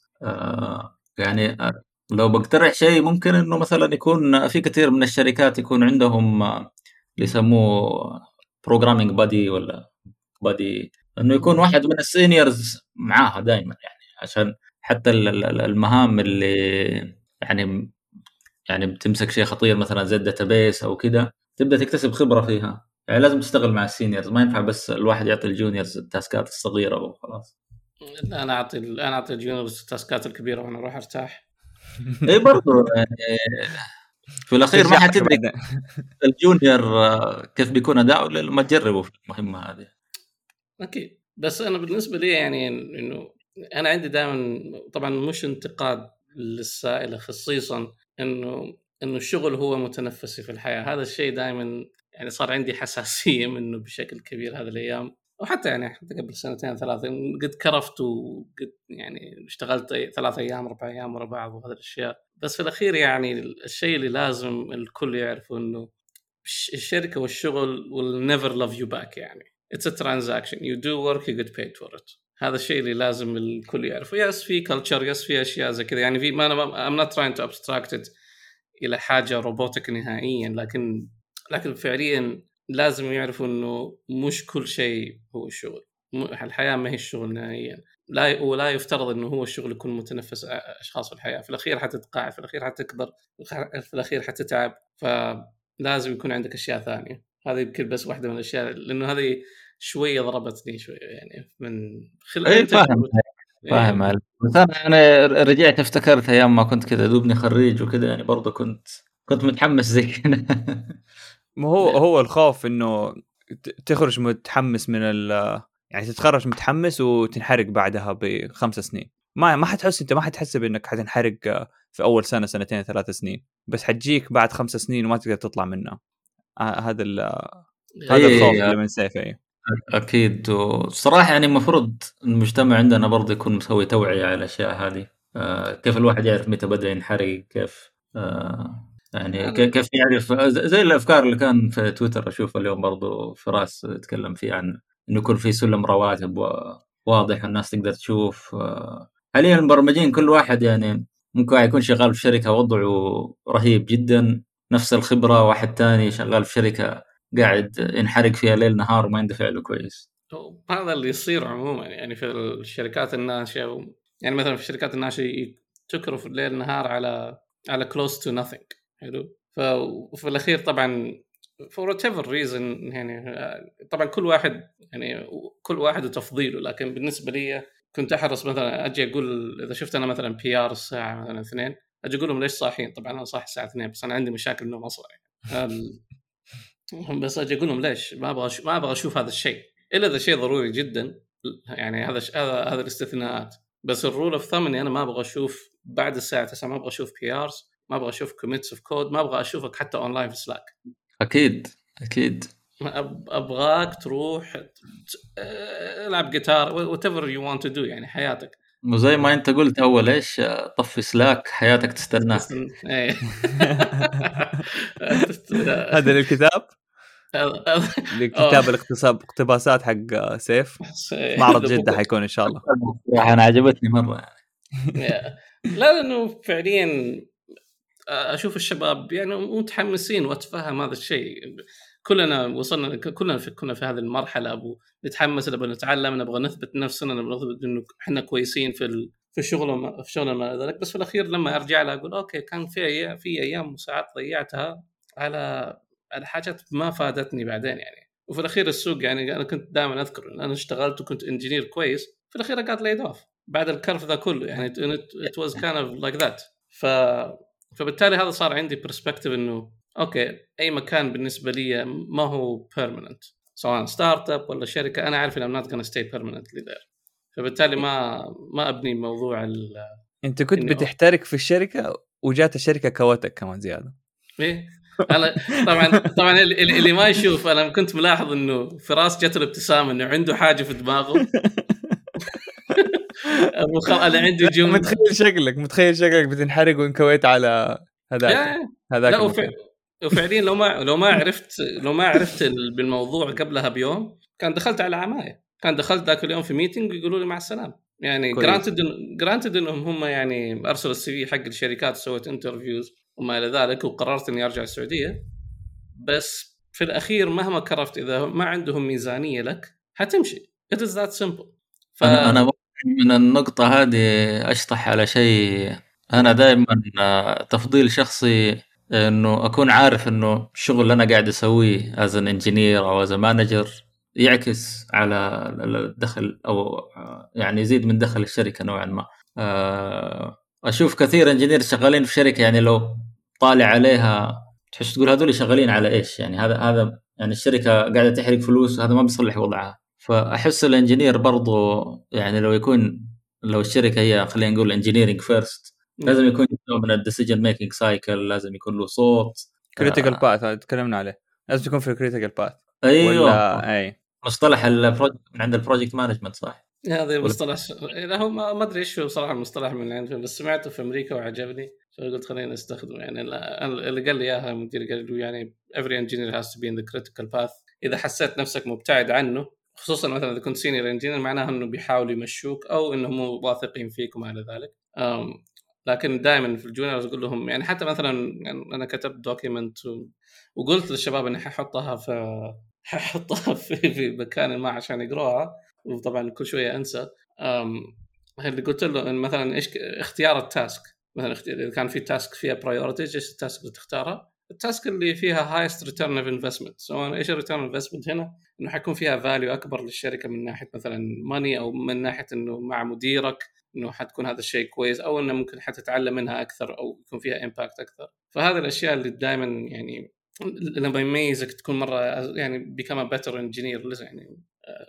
يعني لو بقترح شيء ممكن انه مثلا يكون في كثير من الشركات يكون عندهم اللي يسموه بروجرامينج بادي ولا بادي، انه يكون واحد من السينيورز معاها دائما، يعني عشان حتى المهام اللي يعني يعني بتمسك شيء خطير مثلا زي الداتابيس او كده تبدا تكتسب خبره فيها. يعني لازم تشتغل مع السينيورز، ما ينفع بس الواحد يعطي الجونيورز التاسكات الصغيره وخلاص. انا اعطي انا اعطي الجونيورز التاسكات الكبيره وانا اروح ارتاح. اي برضو يعني في الاخير ما حتدرك الجونيور كيف بيكون اداؤه الا لما تجربه في المهمه هذه. اكيد، بس انا بالنسبه لي يعني انه انا عندي دائما طبعا مش انتقاد للسائله، خصيصا انه انه الشغل هو متنفسي في الحياه. هذا الشيء دائما يعني صار عندي حساسيه منه بشكل كبير هذه الايام، وحتى يعني حتى قبل سنتين ثلاثه قد كرفت وقد يعني اشتغلت ثلاث ايام اربع ايام ورا بعض وهذه الاشياء. بس في الاخير يعني الشيء اللي لازم الكل يعرفه انه الشركه والشغل will never love you back. يعني it's a transaction, you do work you get paid for it. هذا الشيء اللي لازم الكل يعرفه. يس في culture، يس في اشياء زي كذا، يعني في ما انا I'm not trying to abstract it الى حاجه روبوتك نهائيا، لكن لكن فعليا لازم يعرفوا انه مش كل شيء هو الشغل. الحياه ما هي الشغل نهائيا، لا ولا يفترض انه هو الشغل يكون متنفس اشخاص في الحياه. في الاخير حتتقاعد، في الاخير حتكبر، في الاخير حتتعب، فلازم يكون عندك اشياء ثانيه. هذه يمكن بس واحده من الاشياء، لانه هذه شويه ضربتني شويه يعني من خلال أي فاهم فاهم إيه. بس انا رجعت افتكرت ايام ما كنت كذا دوبني خريج وكذا، يعني برضه كنت كنت متحمس زي كذا. ما هو هو الخوف انه تخرج متحمس من ال يعني تتخرج متحمس وتنحرق بعدها بخمس سنين. ما ما حتحس انت ما حتحسب انك حتنحرق في اول سنه سنتين ثلاث سنين، بس حتجيك بعد خمس سنين وما تقدر تطلع منها. هذا ال هذا الخوف اللي من سيفه. اكيد. وصراحه يعني المفروض المجتمع عندنا برضه يكون مسوي توعيه على الاشياء هذه. آه كيف الواحد يعرف متى بدا ينحرق، كيف آه يعني كيف يعرف زي الافكار اللي كان في تويتر اشوف اليوم برضو فراس يتكلم فيه عن انه يكون في سلم رواتب واضح الناس تقدر تشوف. حاليا المبرمجين كل واحد يعني ممكن يكون شغال في شركة وضعه رهيب جدا نفس الخبرة، واحد تاني شغال في شركة قاعد ينحرق فيها ليل نهار وما يندفع له كويس. هذا اللي يصير عموما يعني في الشركات الناشئة، يعني مثلا في الشركات الناشئة تكرف الليل نهار على على close to nothing. حلو. ففي الأخير طبعا for whatever reason يعني طبعا كل واحد يعني كل واحد وتفضيله، لكن بالنسبة لي كنت أحرص مثلا أجي أقول إذا شفت أنا مثلا بي آر الساعة مثلا اثنين أجي أقول لهم ليش صاحين. طبعا أنا صاحي الساعة اثنين بس أنا عندي مشاكل نوم أصلا يعني. بس أجي أقول لهم ليش ما أبغى ما أبغى أشوف هذا الشيء إلا إذا شيء ضروري جدا، يعني هذا هذا هذا الاستثناءات. بس الرول اوف ثم اني انا ما ابغى اشوف بعد الساعه تسعة، ما ابغى اشوف بي ارز، ما ابغى اشوف كوميتس اوف كود، ما ابغى اشوفك حتى اونلاين في سلاك. اكيد اكيد ابغاك تروح العب جيتار وات ايفر يو وانت تو دو، يعني حياتك. وزي ما انت قلت اول ايش طفي سلاك حياتك تستناك. هذا للكتاب لكتاب الاقتصاب اقتباسات حق سيف معرض جدة حيكون ان شاء الله. انا عجبتني مره يعني. لا لانه فعليا اشوف الشباب يعني متحمسين واتفهم هذا الشيء. كلنا وصلنا كلنا في كنا في هذه المرحله ابو نتحمس، نبغى نتعلم، نبغى نثبت نفسنا، نبغى نثبت انه احنا كويسين في ال... في الشغل في شغلنا ما ذلك. بس في الاخير لما ارجع لها اقول اوكي كان في أيام في ايام وساعات ضيعتها على على حاجات ما فادتني بعدين يعني. وفي الاخير السوق يعني انا كنت دائما اذكر ان انا اشتغلت وكنت انجينير كويس، في الاخير قاعد لايد اوف بعد الكرف ذا كله يعني it was kind of like that. ف فبالتالي هذا صار عندي برسبكتيف انه اوكي اي مكان بالنسبه لي ما هو بيرمننت، سواء ستارت اب ولا شركه، انا عارف ان I'm not gonna stay permanently there. فبالتالي ما ما ابني موضوع ال انت كنت بتحترك في الشركه وجات الشركه كوتك كمان زياده. ايه انا طبعا طبعا اللي, اللي ما يشوف انا كنت ملاحظ انه فراس جت الابتسامه انه عنده حاجه في دماغه. ابو خل... انا عندي جمله متخيل شكلك متخيل شكلك بتنحرق وانكويت على هذاك هذاك لا وفع... وفعليا لو ما لو ما عرفت لو ما عرفت بالموضوع قبلها بيوم كان دخلت على عمايه، كان دخلت ذاك اليوم في ميتنج ويقولوا لي مع السلامه يعني. جرانتد جرانتد انهم هم يعني ارسلوا السي في حق الشركات، سويت انترفيوز وما الى ذلك، وقررت اني ارجع السعوديه. بس في الاخير مهما كرفت اذا ما عندهم ميزانيه لك حتمشي. it is that simple. ف... انا انا من النقطه هذه اشطح على شيء. انا دائما تفضيل شخصي انه اكون عارف انه الشغل اللي انا قاعد اسويه as an engineer او as a manager يعكس على الدخل او يعني يزيد من دخل الشركه نوعا ما. اشوف كثير انجينير شغالين في شركه يعني لو طالع عليها تحس تقول هذول شغالين على ايش يعني. هذا هذا يعني الشركه قاعده تحرق فلوس، هذا ما بيصلح وضعها. فاحس الانجينير برضو يعني لو يكون لو الشركه هي خلينا نقول انجينيرينج فيرست لازم يكون من الديسيجن ميكينج سايكل، لازم يكون له صوت. كريتيكال باث هذا تكلمنا عليه، لازم تكون في الكريتيكال باث. ايوه ولا اي مصطلح البروجكت من عند البروجكت مانجمنت صح؟ هذا المصطلح لا هو ما ادري ايش هو بصراحه المصطلح من عندهم، بس سمعته في امريكا وعجبني فقلت خلينا نستخدمه. يعني اللي قال لي اياها مدير قال له يعني every engineer has to be in the critical path. اذا حسيت نفسك مبتعد عنه خصوصا مثلا اذا كنت سينيور انجينير معناها انه بيحاولوا يمشوك او انهم مو واثقين فيك وما الى ذلك. لكن دائما في الجونيورز اقول لهم يعني حتى مثلا انا كتبت دوكيمنت وقلت للشباب اني ححطها في ححطها في في مكان ما عشان يقروها، وطبعا كل شويه انسى. اللي قلت له إن مثلا ايش اختيار التاسك، مثلا اذا كان في تاسك فيها برايورتيز ايش التاسك اللي تختارها؟ التاسك اللي فيها هايست ريتيرن اوف انفستمنت. سواء ايش الريتيرن اوف انفستمنت هنا انه حيكون فيها فاليو اكبر للشركه من ناحيه مثلا ماني او من ناحيه انه مع مديرك انه حتكون هذا الشيء كويس او انه ممكن حتتعلم منها اكثر او يكون فيها امباكت اكثر. فهذه الاشياء اللي دائما يعني لما يميزك تكون مره يعني become a better engineer. يعني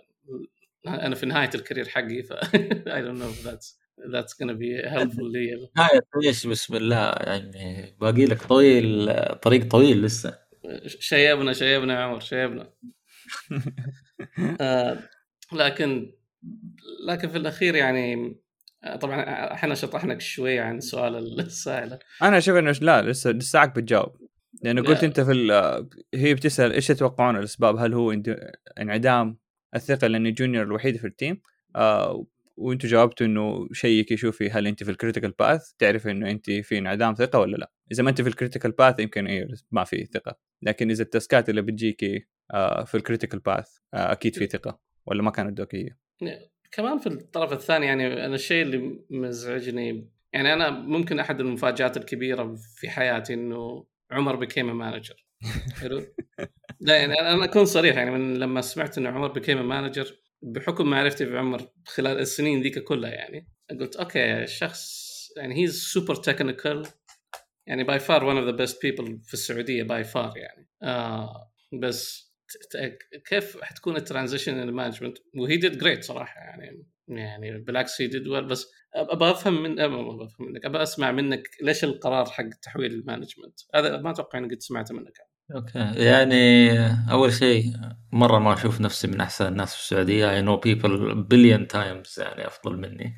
انا في نهايه الكارير حقي ف I don't know if that's that's going to be helpful لي. نهايه ايش بسم الله يعني باقي لك طويل طريق طويل لسه. شيبنا شيبنا يا عمر شيبنا. آه لكن لكن في الاخير يعني طبعا احنا شطحنا شوي عن سؤال السائله. انا اشوف انه لا لسه لساك بتجاوب لانه قلت انت في هي بتسال ايش تتوقعون الاسباب، هل هو انعدام الثقه لاني جونيور الوحيد في التيم، آه وانتم جاوبتوا انه شيء يشوفي هل انت في الكريتيكال باث تعرف انه انت في انعدام ثقه ولا لا. اذا ما انت في الكريتيكال باث يمكن ايه ما في ثقه، لكن اذا التاسكات اللي بتجيكي آه في الكريتيكال باث آه اكيد في ثقه ولا ما كانت دوكيه. كمان في الطرف الثاني يعني انا الشيء اللي مزعجني يعني انا ممكن احد المفاجآت الكبيره في حياتي انه عمر بكيم مانجر. حلو. لا يعني انا اكون صريح يعني من لما سمعت انه عمر بكيم مانجر بحكم معرفتي بعمر خلال السنين ذيك كلها يعني قلت اوكي الشخص يعني هي سوبر تكنيكال يعني باي فار one of the best people في السعوديه باي فار يعني آه بس كيف حتكون الترانزيشن للمانجمنت وهي ديد جريت صراحه يعني يعني بالعكس هي ديد ويل. بس ابغى افهم من ابغى افهم منك ابغى اسمع منك ليش القرار حق تحويل المانجمنت هذا ما اتوقع اني قد سمعته منك. اوكي يعني اول شيء مره ما اشوف نفسي من احسن الناس في السعوديه. I know people billion times يعني افضل مني.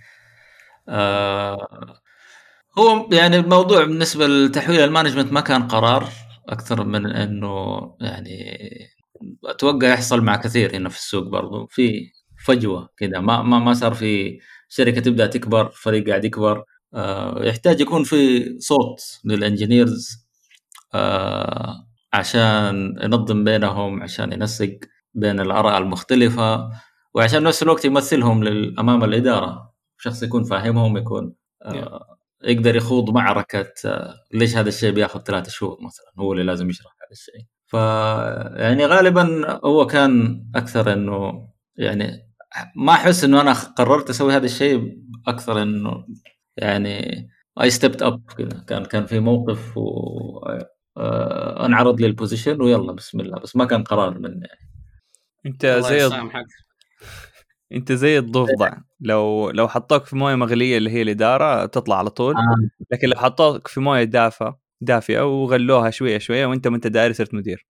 آه هو يعني الموضوع بالنسبه لتحويل المانجمنت ما كان قرار اكثر من انه يعني اتوقع يحصل مع كثير هنا في السوق برضو في فجوه كذا ما ما ما صار في شركه تبدا تكبر فريق قاعد يكبر. آه يحتاج يكون في صوت للانجينيرز آه عشان ينظم بينهم عشان ينسق بين الآراء المختلفة وعشان نفس الوقت يمثلهم أمام الإدارة شخص يكون فاهمهم يكون آه يقدر يخوض معركة آه ليش هذا الشيء بياخذ ثلاثة شهور مثلا هو اللي لازم يشرح هذا الشيء. ف يعني غالبا هو كان أكثر إنه يعني ما أحس إنه أنا قررت أسوي هذا الشيء أكثر إنه يعني I stepped up كذا كان كان في موقف و آه انعرض لي البوزيشن ويلا بسم الله بس ما كان قرار مني يعني. انت زي الض... انت زي الضفدع لو لو حطوك في مويه مغليه اللي هي الاداره تطلع على طول آه. لكن لو حطوك في مويه دافئه دافئه وغلوها شويه شويه وانت ما انت داري صرت مدير.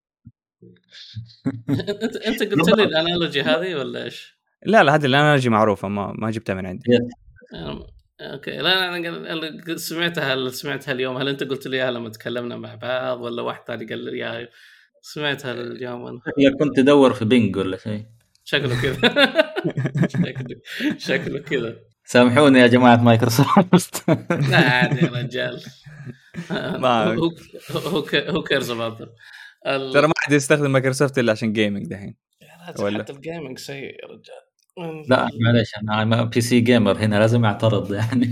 انت انت قلت لي الانالوجي هذه ولا ايش؟ لا لا هذه الانالوجي معروفه ما ما جبتها من عندي. اوكي لا انا سمعتها سمعتها اليوم. هل انت قلت لي اياها لما تكلمنا مع بعض ولا واحد ثاني قال لي اياها؟ سمعتها اليوم انا. شكلك كنت تدور في بينج ولا شيء. شكله كذا. شكله شكله كذا. سامحوني يا جماعه مايكروسوفت. لا عادي يا رجال. هو هو كيرز اباوت ترى ما حد يستخدم مايكروسوفت الا عشان جيمنج دحين. ولا حتى الجيمنج سيء يا رجال. لا معليش انا بي سي جيمر هنا لازم اعترض يعني.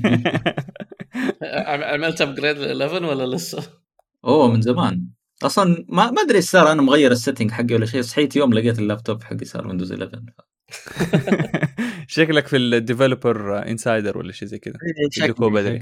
عملت ابجريد إحداشر ولا لسه؟ اوه من زمان اصلا ما ما ادري ايش صار انا مغير السيتنج حقي ولا شيء صحيت يوم لقيت اللابتوب حقي صار ويندوز إحداشر. شكلك في الديفلوبر انسايدر ولا شيء زي كذا يدوكوا بدري.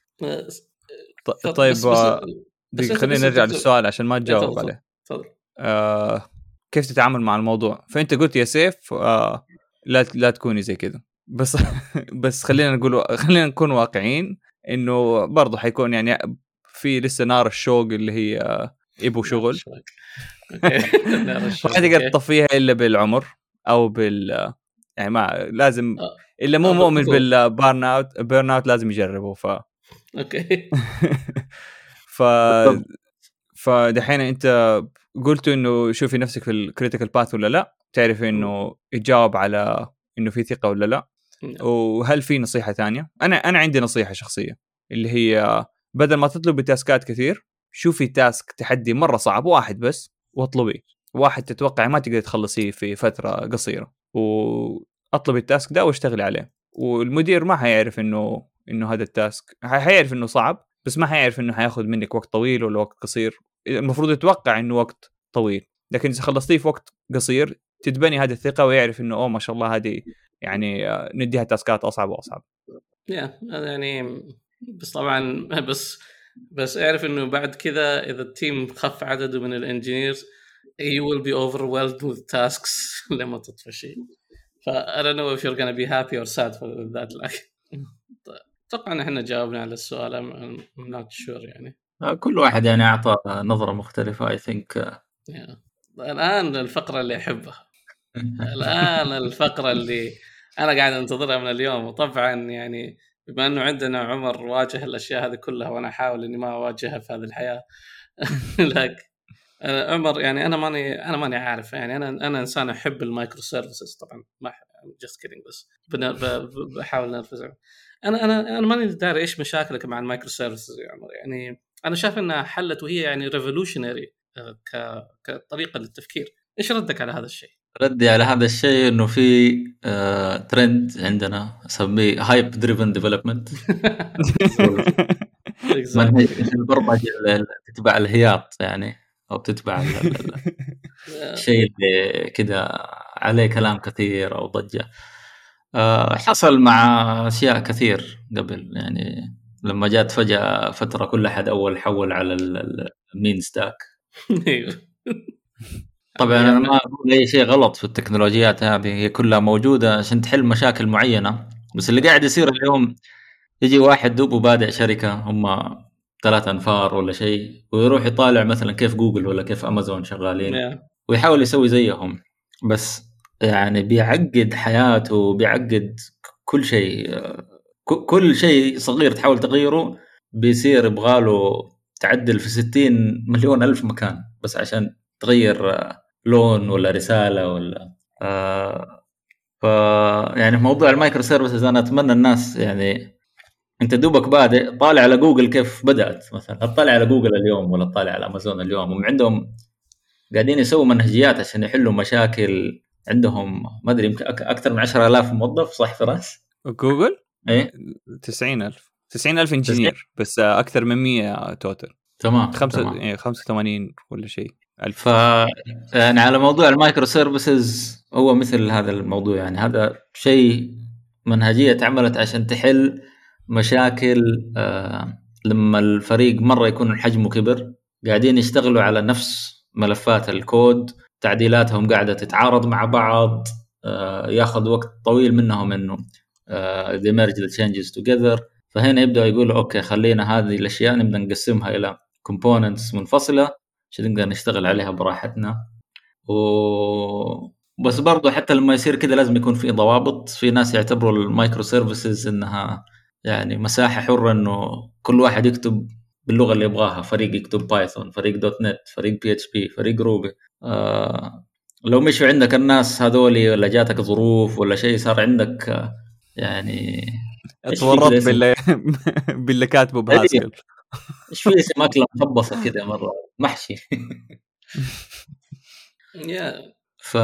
طيب خلينا نرجع للسؤال عشان ما تجاوب عليه. تفضل. آه كيف تتعامل مع الموضوع؟ فانت قلت يا سيف آه لا لا تكوني زي كذا بس بس خلينا نقول خلينا نكون واقعيين انه برضه حيكون يعني في لسه نار الشوق اللي هي ابو شغل. ما تقدر تطفيها الا بالعمر او بال يعني ما لازم الا مو مؤمن بالبارن اوت بيرن اوت لازم يجربه. ف اوكي. ف فدحين انت قلت انه شوفي نفسك في الكريتيكال باث ولا لا تعرف انه يجاوب على انه في ثقه ولا لا. وهل في نصيحه ثانيه؟ انا انا عندي نصيحه شخصيه اللي هي بدل ما تطلب تاسكات كثير شوفي تاسك تحدي مره صعب واحد بس واطلبي واحد تتوقع ما تقدر تخلصيه في فتره قصيره واطلبي التاسك ده واشتغلي عليه. والمدير ما حيعرف انه انه هذا التاسك حيعرف انه صعب بس ما حيعرف انه حياخذ منك وقت طويل ولا وقت قصير. المفروض يتوقع انه وقت طويل لكن اذا خلصتيه في وقت قصير تتبني هذه الثقه ويعرف انه اوه ما شاء الله هذه يعني نديها تاسكات اصعب واصعب. يا يعني بس طبعا بس بس اعرف انه بعد كذا اذا التيم خف عدده من الانجينيرز he will be overwhelmed with tasks لما تطفي شيء. ف I don't know if you're gonna be happy or sad for that like. طبعا احنا جاوبنا على السؤال I'm not sure يعني. كل واحد يعني اعطى نظرة مختلفة I think. yeah. الآن الفقرة اللي أحبها. الآن الفقرة اللي أنا قاعد أنتظرها من اليوم. وطبعا يعني بما انه عندنا عمر واجه الاشياء هذه كلها وانا احاول اني ما اواجهها في هذه الحياه. لكن عمر يعني انا ماني انا ماني عارف يعني انا انا انسان احب المايكرو سيرفيسز طبعا ما جست كيدنج بس بحاول نرفز. انا انا انا ماني داري ايش مشاكلك مع المايكرو سيرفيسز يا عمر. يعني انا شايف انها حلت وهي يعني ريفولوشنري ك كطريقه للتفكير. ايش ردك على هذا الشيء؟ ردي على هذا الشيء انه في آه ترند عندنا اسميه هايب دريفن ديفلوبمنت. منهج البرمجه اللي تتبع الهياط يعني او تتبع الشيء اللي كده عليه كلام كثير او ضجه. آه حصل مع اشياء كثير قبل يعني لما جات فجاه فتره كل احد اول حول على المين ستاك. طبعا انا ما اقول اي شيء غلط في التكنولوجيات هذه، هي كلها موجوده عشان تحل مشاكل معينه، بس اللي قاعد يصير اليوم يجي واحد دوب وبادئ شركه هم ثلاثة انفار ولا شيء ويروح يطالع مثلا كيف جوجل ولا كيف امازون شغالين ويحاول يسوي زيهم، بس يعني بيعقد حياته بيعقد كل شيء. كل شيء صغير تحاول تغيره بيصير يبغاله تعدل في ستين مليون ألف مكان بس عشان تغير لون ولا رسالة ولا آه ف يعني موضوع المايكرو سيرفيسز أنا أتمنى الناس يعني أنت دوبك بادئ طالع على جوجل كيف بدأت مثلا، أطلع على جوجل اليوم ولا أطلع على أمازون اليوم، هم عندهم قاعدين يسووا منهجيات عشان يحلوا مشاكل عندهم ما أدري يمكن أكثر من عشرة آلاف موظف صح فراس؟ جوجل؟ إيه تسعين ألف تسعين ألف إنجينير بس أكثر من مية توتل. تمام خمسة تمام. يعني خمسة وثمانين ولا شيء ألف. ف يعني على موضوع المايكرو سيرفيسز هو مثل هذا الموضوع، يعني هذا شيء منهجية اتعملت عشان تحل مشاكل. آه لما الفريق مرة يكون حجمه كبر قاعدين يشتغلوا على نفس ملفات الكود، تعديلاتهم قاعدة تتعارض مع بعض، آه ياخذ وقت طويل منهم انه آه they merge the changes together. فهنا يبدأ يقولوا اوكي خلينا هذه الاشياء نبدأ نقسمها الى components منفصلة عشان نقدر نشتغل عليها براحتنا. و بس برضو حتى لما يصير كده لازم يكون في ضوابط. في ناس يعتبروا المايكرو سيرفيسز انها يعني مساحة حرة انه كل واحد يكتب باللغة اللي يبغاها، فريق يكتب بايثون، فريق دوت نت، فريق بي اتش بي، فريق روبي. آه لو مشوا عندك الناس هذولي ولا جاتك ظروف ولا شيء صار عندك آه يعني اتورطت باللي باللي كاتبه بهاسكل. ايش في اسم اكله مخبصه كده مره محشي. يا ف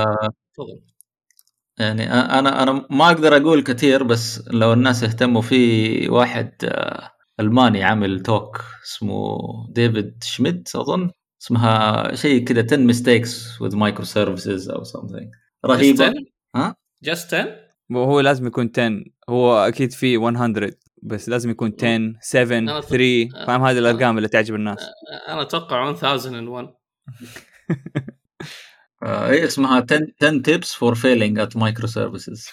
يعني انا انا ما اقدر اقول كثير، بس لو الناس اهتموا في واحد الماني عامل توك اسمه ديفيد شميت اظن اسمها شيء كده عشرة mistakes with microservices او something رهيبه. ها just ten هو لازم يكون عشرة، هو اكيد في مية بس لازم يكون عشرة سبعة ثلاثة. فاهم هذه الارقام اللي تعجب الناس. انا اتوقع ألف وواحد. آه ايه اسمها ten tips for failing at microservices.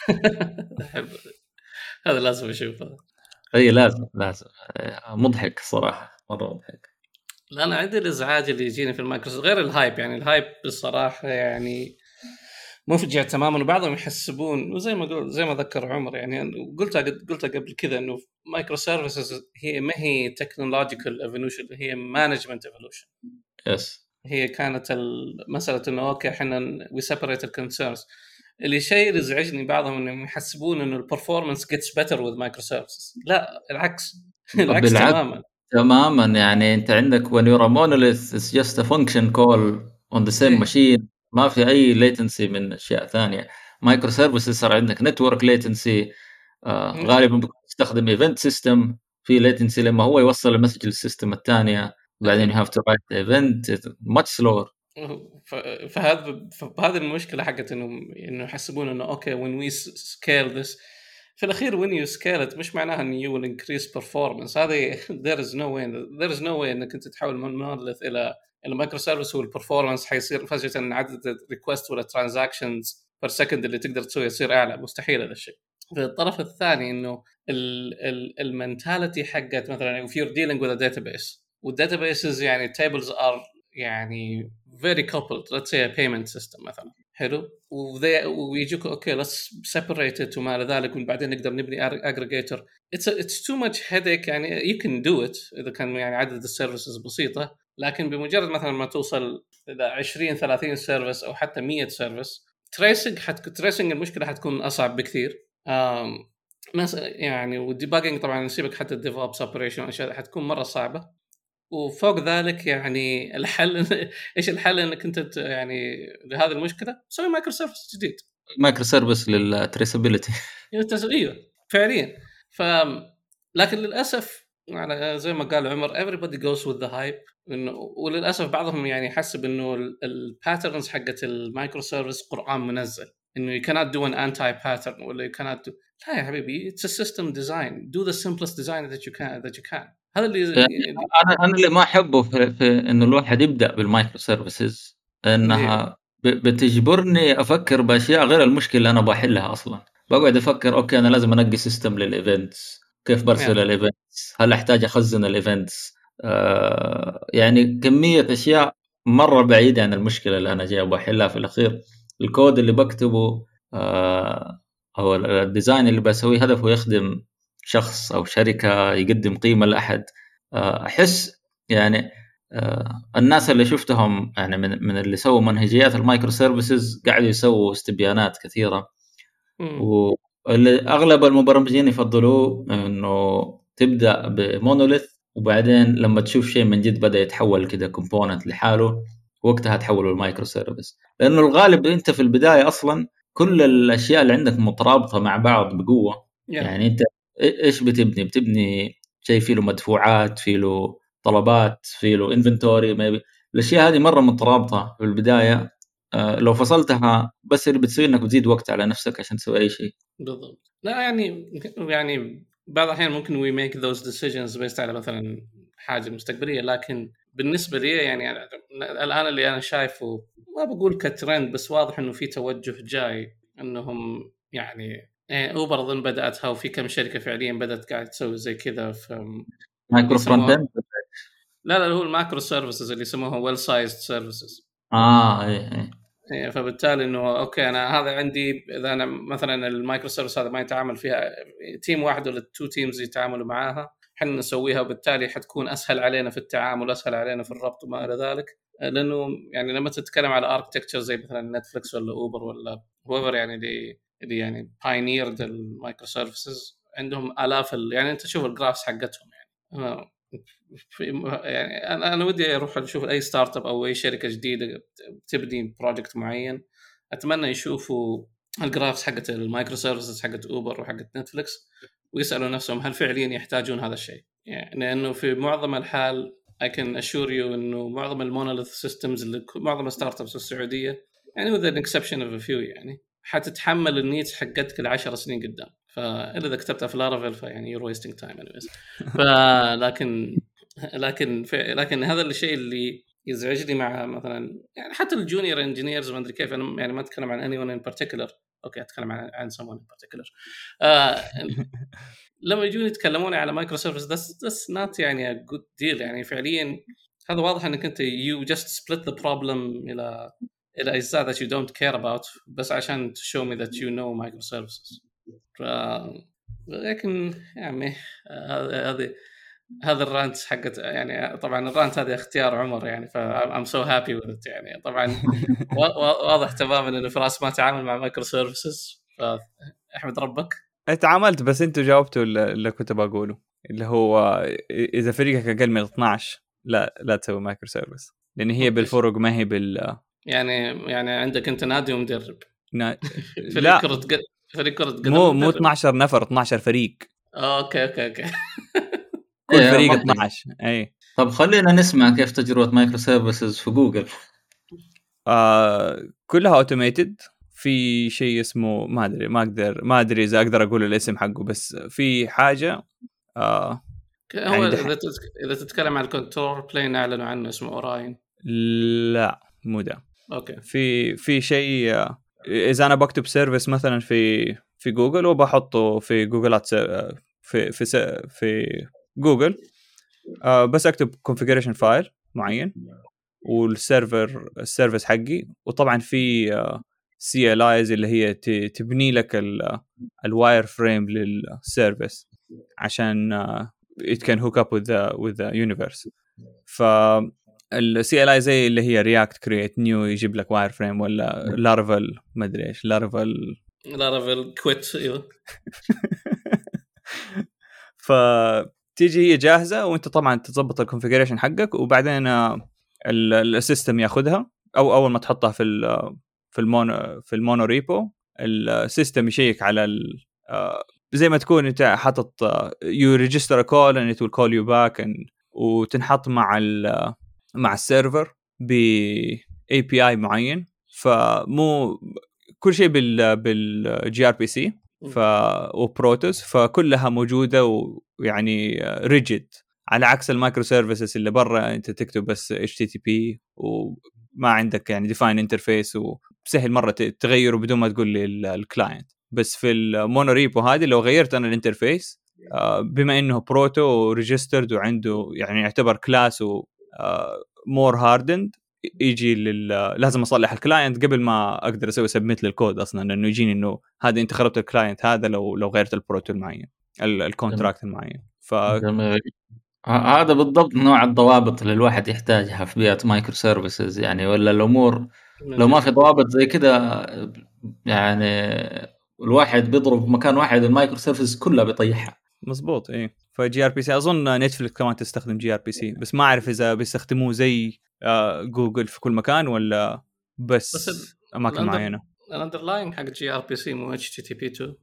هذا لازم اشوفه. اي لازم لازم مضحك صراحه مره مضحك. لا انا عندي الازعاج اللي يجيني في المايكروسوفت غير الهايب، يعني الهايب بالصراحه يعني مفجع تماما. وبعضهم يحسبون وزي ما قلت زي ما ذكر عمر يعني قلتها قلتها قبل كذا انه مايكرو سيرفيسز هي ما هي تكنولوجيكال ايفولوشن، هي مانجمنت ايفولوشن. يس هي كانت مساله انه اوكي احنا وي سيبريت الكونسيرنز. اللي شيء اللي يزعجني بعضهم انهم يحسبون انه البرفورمانس جيتس بيتر وذ مايكرو سيرفيسز. لا العكس. العكس تماما تماما. يعني انت عندك when you're a monolith it's just a function call on the same إيه. machine، ما في اي latency من اشياء ثانيه. مايكرو سيرفيسز صار عندك network latency، آه غالبا بتستخدم event system في latency لما هو يوصل المسج للسيستم الثانيه، بعدين you have to write the event much slower. فهذا فهذه المشكله حقت انه انه يحسبون انه اوكي when we scale this في الاخير when you scale it مش معناها ان you will increase performance. هذه there is no way there is no way انك انت تحول من monolith الى الى مايكرو سيرفيس والperformance حيصير فجاه ان عدد request ولا transactions per second اللي تقدر تسويه يصير اعلى. مستحيل هذا الشيء. في الطرف الثاني انه المنتاليتي حقت مثلا if you're dealing with a database والdatabases يعني tables are يعني very coupled let's say a payment system مثلا حلو وذي ويجوك اوكي let's separate it وما الى ذلك وبعدين نقدر نبني aggregator it's a, it's too much headache يعني you can do it اذا كان يعني عدد السيرفيسز بسيطه لكن بمجرد مثلا ما توصل الى عشرين ثلاثين سيرفيس او حتى مية سيرفيس تريسنج حت تريسنج المشكله حتكون اصعب بكثير أم يعني والديباجنج طبعا نسيبك حتى الديفوبس اوبريشن اشياء حتكون مره صعبه وفوق ذلك يعني الحل ايش الحل انك انت يعني لهذه المشكله سوي مايكرو سيرفيس جديد مايكرو سيرفيس للتريسابيلتي ايوه فعليا ف لكن للاسف يعني زي ما قال عمر everybody goes with the hype انه وللاسف بعضهم يعني يحسب انه الباترنز حقت المايكرو سيرفيس قرآن منزل انه you cannot do an anti pattern ولا you cannot do لا يا حبيبي it's a system design do the simplest design that you can that you can هذا اللي يعني انا انا اللي ما احبه في, في انه الواحد يبدا بالمايكرو سيرفيسز انها بتجبرني افكر باشياء غير المشكله اللي انا بحلها اصلا. بقعد افكر اوكي انا لازم انقي سيستم للايفنتس كيف برسل الايفنتس هل احتاج اخزن الايفنتس آه يعني كميه اشياء مره بعيده عن المشكله اللي انا جاي بحلها. في الاخير الكود اللي بكتبه آه او الديزاين اللي بسويه هدفه يخدم شخص او شركه يقدم قيمه لاحد. احس يعني الناس اللي شفتهم يعني من من اللي سووا منهجيات المايكرو سيرفيسز قاعدوا يسووا استبيانات كثيره واغلب المبرمجين يفضلوا انه تبدا بمونوليث وبعدين لما تشوف شيء من جد بدا يتحول كده كومبوننت لحاله وقتها تحوله المايكرو سيرفيس لانه الغالب انت في البدايه اصلا كل الاشياء اللي عندك مترابطه مع بعض بقوه. yeah. يعني انت ايش بتبني بتبني شيء فيه له مدفوعات فيه له طلبات فيه له انفنتوري maybe. الاشياء هذه مره مترابطه في البدايه آه لو فصلتها بس اللي بتسوي انك بتزيد وقت على نفسك عشان تسوي اي شيء. بالضبط. لا يعني يعني بعض الاحيان ممكن we make those decisions based على مثلا حاجه مستقبليه لكن بالنسبه لي يعني الان اللي انا شايفه ما بقول كترند بس واضح انه في توجه جاي انهم يعني اوبر اظن بداتها وفي كم شركه فعليا بدات قاعد تسوي زي كذا في مايكرو فرونت اند. لا لا هو المايكرو سيرفيسز اللي يسموها ويل سايزد سيرفيسز. اه اي اي فبالتالي انه اوكي انا هذا عندي اذا انا مثلا المايكرو سيرفيس هذا ما يتعامل فيها تيم واحد ولا تو تيمز يتعاملوا معاها احنا نسويها وبالتالي حتكون اسهل علينا في التعامل اسهل علينا في الربط وما الى ذلك لانه يعني لما تتكلم على اركتكتشر زي مثلا نتفليكس ولا اوبر ولا هوفر يعني اللي اللي يعني باينيرد المايكرو سيرفيسز عندهم الاف يعني انت تشوف الجرافس حقتهم يعني يعني انا انا ودي اروح اشوف اي ستارت اب او اي شركه جديده تبني بروجكت معين اتمنى يشوفوا الجرافس حقت المايكرو سيرفيسز حقت اوبر وحقت نتفليكس ويسالوا نفسهم هل فعليا يحتاجون هذا الشيء يعني لانه في معظم الحال I can assure you انه معظم المونوليث سيستمز اللي معظم الستارت ابس السعوديه يعني with an exception of a few يعني حتتحمل النيتس حقتك لعشر سنين قدام فاذا اذا كتبتها في لارافيل فيعني you're wasting time anyways. فلكن لكن لكن هذا الشيء اللي يزعجني مع مثلا يعني حتى الجونيور انجينيرز ما ادري كيف انا يعني ما اتكلم عن anyone in particular اوكي اتكلم عن عن someone in particular آه لما يجون يتكلمون على مايكرو سيرفيس that's that's not يعني a good deal يعني فعليا هذا واضح انك انت you just split the problem الى الى اجزاء that you don't care about بس عشان to show me that you know microservices. ف لكن يعني هذه هذا الرانت حقت يعني طبعا الرانت هذا اختيار عمر يعني ف I'm so happy with it يعني طبعا واضح تماما انه فراس ما تعامل مع مايكرو سيرفيسز فاحمد ربك اتعاملت بس انتوا جاوبتوا اللي كنت بقوله اللي هو اذا فريقك اقل من اثناشر لا لا تسوي مايكرو سيرفيس لان هي بالفرق ما هي بال يعني يعني عندك انت نادي ومدرب نا... فريق كرة قدم فريق كرة قدم مو مو اثناشر نفر اثناشر فريق اوكي اوكي اوكي كل إيه فريق اثناشر اي. طب خلينا نسمع كيف تجربة مايكرو سيرفيسز في جوجل. آه كلها اوتوميتد. في شيء اسمه ما ادري ما اقدر ما ادري اذا اقدر اقول الاسم حقه بس في حاجه آه يعني هو اذا اذا تتكلم عن الكنترول بلين اعلنوا عنه اسمه اوراين. لا مو ده. اوكي في في شيء آه اذا انا بكتب سيرفيس مثلا في في جوجل وبحطه في جوجل في في في جوجل آه بس اكتب configuration فايل معين والسيرفر السيرفيس حقي وطبعا في آه سي ال ايز اللي هي تبني لك الواير فريم للسيرفيس عشان it can hook up with the with the universe. ف ال سي ال اي زي اللي هي رياكت كرييت نيو يجيب لك واير فريم ولا لارفل ما ادري ايش لارفل لارفل كويت ايوه. فتيجي هي جاهزه وانت طبعا تظبط الكونفيجريشن حقك وبعدين السيستم ياخذها او اول ما تحطها في ال في المونو في المونو ريبو السيستم يشيك على ال زي ما تكون انت حاطط يو ريجستر ا كول اند ات ويل كول يو باك وتنحط مع ال مع السيرفر ب إيه بي آي معين. فمو كل شيء بال بالجي ار بي سي ف وبروتوس فكلها موجوده ويعني ريجيد على عكس المايكرو سيرفيسز اللي برا انت تكتب بس اتش تي تي بي وما عندك يعني ديفاين انترفيس وسهل مره تغيره بدون ما تقول للكلاينت. بس في المونوريبو هذه لو غيرت انا الانترفيس بما انه بروتو وريجسترد وعنده يعني يعتبر كلاس و مور هاردند يجي لل... لازم اصلح الكلاينت قبل ما اقدر اسوي سبميت للكود اصلا لانه يجيني انه هذا انت خربت الكلاينت هذا لو لو غيرت البروتو المعين الكونتراكت المعين. ف هذا بالضبط نوع الضوابط اللي الواحد يحتاجها في بيئة مايكرو سيرفيسز يعني. ولا الامور لو ما في ضوابط زي كده يعني الواحد بيضرب مكان واحد المايكرو سيرفيسز كلها بيطيحها. مزبوط ايه. فجي ار بي سي اظن نتفلكس كمان تستخدم جي ار بي سي بس ما اعرف اذا بيستخدموه زي آه جوجل في كل مكان ولا بس, بس اماكن معينه. الاندرلاين حق جي ار بي سي مو اتش تي تي بي تو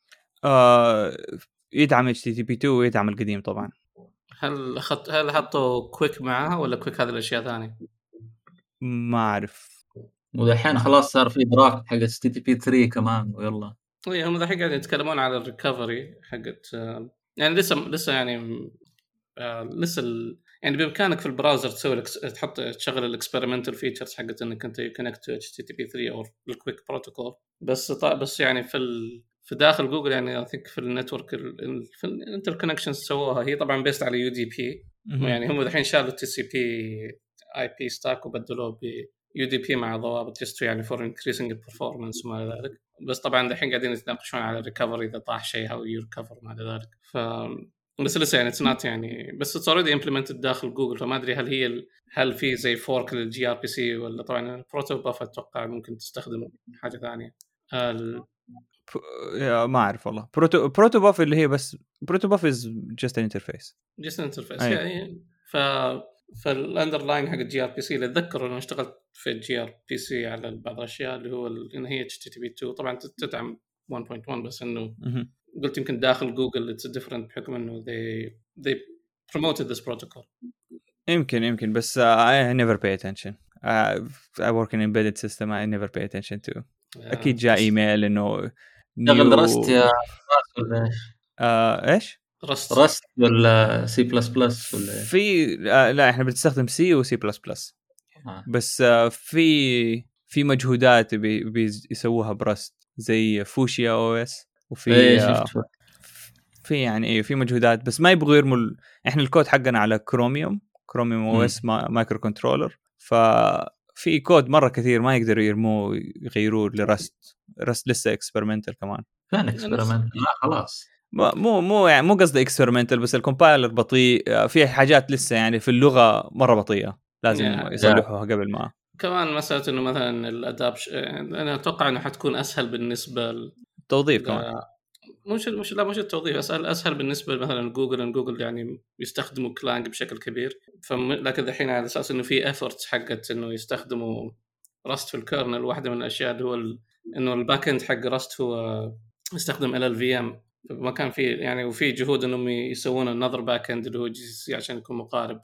آه يدعم اتش تي تي بي تو ويدعم القديم طبعا. هل اخذت هل حطوا كويك معاها ولا كويك هذه الاشياء ثانيه ما اعرف. ودحين خلاص صار في ادراك حق اتش تي تي بي ثري كمان ويلا اي هم الحين قاعدين يتكلمون على الريكفري حقت يعني لسه لسه يعني آه لسه ال... يعني بامكانك في البراوزر تسوي لك تحط تشغل الاكسبيرمنتال فيتشرز حقت انك انت كونكت تو اتش تي تي بي ثري او الكويك بروتوكول بس طيب بس يعني في ال... في داخل جوجل يعني اي ثينك في النتورك ال... في الانتر كونكشنز سووها هي طبعا بيست على يو دي بي يعني هم الحين شالوا التي سي بي اي بي ستاك وبدلوه ب يو دي بي مع ضوابط جست يعني فور انكريسنج البرفورمانس وما الى ذلك. بس طبعا الحين قاعدين يتناقشون على الريكفري اذا طاح شيء او يركفر ما الى ذلك. ف بس لسه يعني اتس يعني بس اتس اوريدي امبلمنتد داخل جوجل فما ادري هل هي ال... هل في زي فورك للجي ار بي سي ولا طبعا البروتوباف اتوقع ممكن تستخدم حاجه ثانيه. ال... ما اعرف والله. بروتو بروتوباف اللي هي بس بروتوباف از جست ان انترفيس جست انترفيس يعني ف فالاندرلاين حق الجي ار بي سي اللي اتذكر انه اشتغلت في الجي ار بي سي على بعض الاشياء اللي هو ان هي اتش تي تي بي تو طبعا تدعم واحد نقطة واحد بس انه قلت يمكن داخل جوجل اتس ديفرنت بحكم انه they they promoted this protocol. يمكن يمكن بس uh, I never pay attention. uh, I work in embedded system I never pay attention to. اكيد جاء ايميل انه شغل رست يا راس ولا ايش؟ آه ايش؟ رست رست ولا سي بلس بلس ولا ايش؟ في آه لا احنا بنستخدم سي وسي بلس بلس بس آه في في مجهودات بي بيسووها برست زي فوشيا او اس وفي ايه آه في يعني ايه في مجهودات بس ما يبغوا يرموا ال... احنا الكود حقنا على كروميوم كروميوم او اس ما... مايكرو كنترولر ففي كود مره كثير ما يقدروا يرموه يغيروه لرست. رست لسه اكسبيرمنتال كمان. كان اكسبيرمنت لا خلاص مو مو يعني مو قصدي اكسبيرمنتال بس الكومبايلر بطيء في حاجات لسه يعني في اللغه مره بطيئه لازم yeah. يصلحوها قبل ما كمان مساله انه مثلا الادابش انا اتوقع انه حتكون اسهل بالنسبه للتوظيف كمان مش مش لا مش التوظيف اسهل اسهل بالنسبه مثلا جوجل ان جوجل يعني يستخدموا كلانج بشكل كبير فم... لكن الحين على اساس انه في ايفورتس حقت انه يستخدموا راست في الكيرنل. واحده من الاشياء اللي هو ال... انه الباك اند حق راست هو يستخدم ال ال في ام ما كان في يعني وفي جهود انهم يسوون النظر باك اند اللي هو جي سي عشان يكون مقارب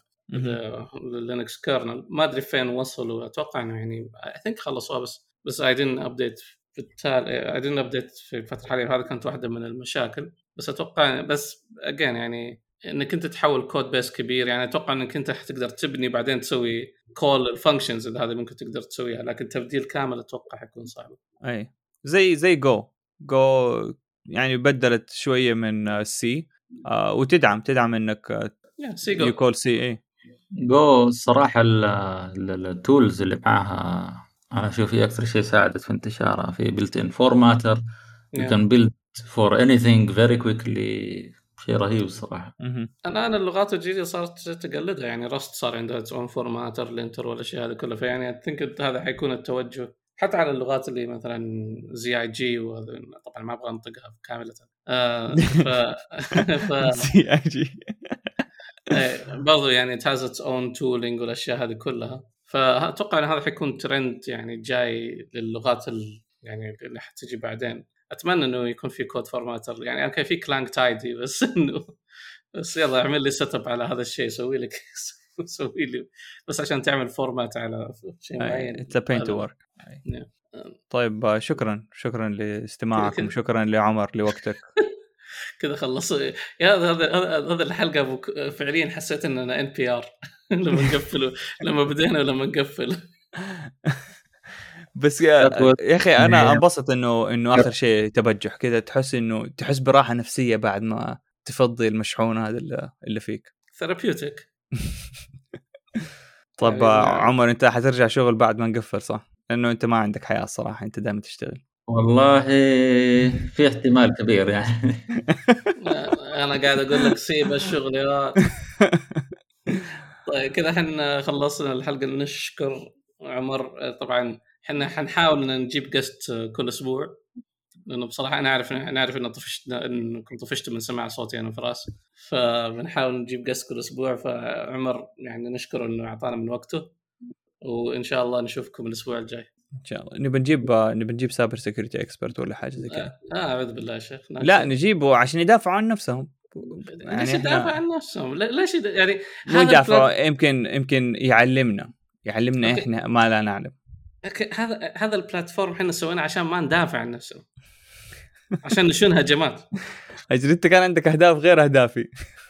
للينكس كيرنل. ما ادري فين وصلوا اتوقع انه يعني اي ثينك خلصوها بس بس اي ديدنت ابديت بالتالي I didn't update في الفترة الحالية وهذا كانت واحدة من المشاكل. بس أتوقع بس again يعني إنك أنت تحول كود بيس كبير يعني أتوقع إنك أنت حتقدر تبني بعدين تسوي call الفانكشنز اللي هذه ممكن تقدر تسويها لكن تبديل كامل أتوقع حيكون صعب. أي زي زي جو جو يعني بدلت شوية من السي آه وتدعم تدعم إنك سي يقول سي إيه جو الصراحة التولز اللي معها أنا أشوف هي أكثر شيء ساعدت في انتشارها في built in formatter you yeah. can build for anything very quickly. شيء رهيب الصراحة. الآن اللغات الجديدة صارت تقلدها يعني رست صار عندها own formatter لينتر والأشياء هذه كلها فيعني أتذكر هذا حيكون التوجه حتى على اللغات اللي مثلا زي اي جي وهذا طبعا ما ابغى انطقها كامله آه ف ف زي اي جي برضو يعني تازت اون تولينج والاشياء هذه كلها فاتوقع ان هذا حيكون ترند يعني جاي للغات ال... يعني اللي حتجي بعدين. اتمنى انه يكون في كود فورماتر يعني اوكي في كلانك تايدي بس انه بس يلا اعمل لي سيت اب على هذا الشيء سوي لك سوي لي بس عشان تعمل فورمات على شيء معين. It's a pain to work. طيب شكرا شكرا لاستماعكم شكرا لعمر لوقتك. كذا خلص يا هذا هذا الحلقة فعليا حسيت اننا ان بي ار لما نقفل لما بدينا ولما نقفل. بس يا اخي انا انبسط انه انه اخر شيء تبجح كذا تحس انه تحس براحة نفسية بعد ما تفضي المشحون هذا اللي فيك ثيرابيوتيك. طب عمر انت حترجع شغل بعد ما نقفل صح؟ لانه انت ما عندك حياة الصراحة انت دائما تشتغل. والله في احتمال كبير يعني. انا قاعد اقول لك سيب الشغل يا طيب كذا احنا خلصنا الحلقة. نشكر عمر. طبعا احنا حنحاول ان نجيب جست كل اسبوع لانه بصراحة انا عارف انا عارف ان طفشت ان كنت طفشت من سماع صوتي انا وفراس فبنحاول نجيب جست كل اسبوع. فعمر يعني نشكره انه اعطانا من وقته وان شاء الله نشوفكم الاسبوع الجاي ان شاء الله. نبي نجيب نبي نجيب سايبر سيكيورتي اكسبرت ولا حاجه زي كذا. اه اعوذ بالله يا شيخ. لا نجيبه عشان يدافعوا عن نفسهم. يعني ليش يدافع عن نفسهم؟ ليش يعني هذا يدافع يمكن يمكن يعلمنا يعلمنا أوكي. احنا ما لا نعلم. هذا هذا البلاتفورم احنا سويناه عشان ما ندافع عن نفسنا عشان نشون هجمات. اجل انت كان عندك اهداف غير اهدافي.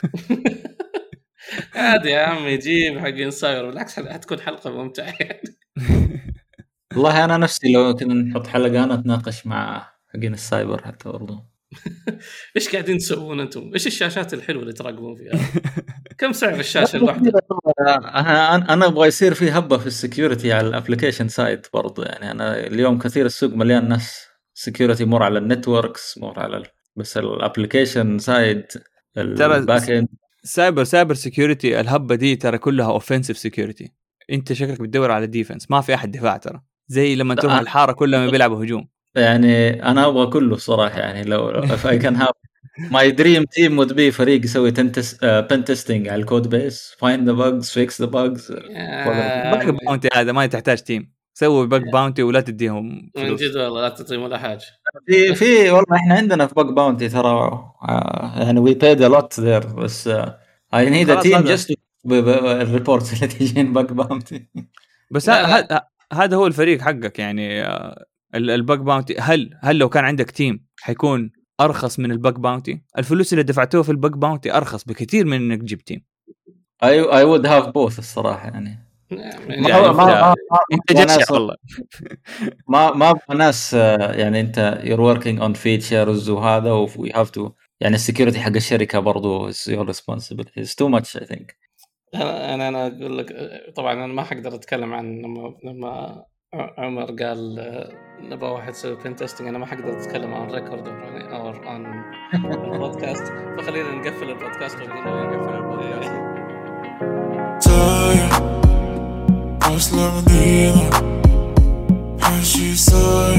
عادي يا عمي جيب حقين صاير بالعكس حتكون حلقة ممتعة يعني. والله أنا نفسي لو كنا نحط حلقة أنا أتناقش مع حقين السايبر حتى برضو. إيش قاعدين تسوون أنتم؟ إيش الشاشات الحلوة اللي تراقبون فيها؟ كم سعر الشاشة الواحدة؟ أنا أنا أبغى يصير في هبة في السكيورتي على الأبليكيشن سايت برضو يعني. أنا اليوم كثير السوق مليان ناس سكيورتي مر على النتوركس مر على ال... بس الأبليكيشن سايت الباك إند سايبر سايبر سيكيورتي الهبة دي ترى كلها اوفنسيف سيكيورتي. انت شكلك بتدور على ديفنس ما في احد دفاع ترى زي لما تروح أه. الحارة كلهم بيلعبوا هجوم يعني انا ابغى كله صراحة يعني لو if I can have my dream team would be فريق يسوي تنتس pen testing على الكود بيس find the bugs fix the bugs بق باونتي هذا ما تحتاج تيم سوي بق باونتي ولا تديهم من جد والله لا تعطيهم ولا حاجة. في في والله احنا عندنا في بق باونتي ترى يعني we paid a lot there بس I need a team just بالريبورتس اللي تجين بق باونتي. بس هذا هذا هو الفريق حقك يعني البق باونتي. هل هل لو كان عندك تيم حيكون ارخص من البق باونتي؟ الفلوس اللي دفعتوها في البق باونتي ارخص بكثير من انك تجيب تيم. I I would have both الصراحة يعني. يعني ما ما انت جالس والله ما ما ناس يعني انت you're working on features وهذا و we have to يعني السكيورتي حق الشركة برضو is your responsibility. It's too much I think. أنا أنا أقول لك طبعا أنا ما حقدر أتكلم عن لما لما عمر قال نبغى واحد يسوي بين تيستينج أنا ما حقدر أتكلم عن ريكورد أو عن البودكاست فخلينا نقفل البودكاست ونقول نقفل البودكاست. أصلاً مدينة عايشي صاير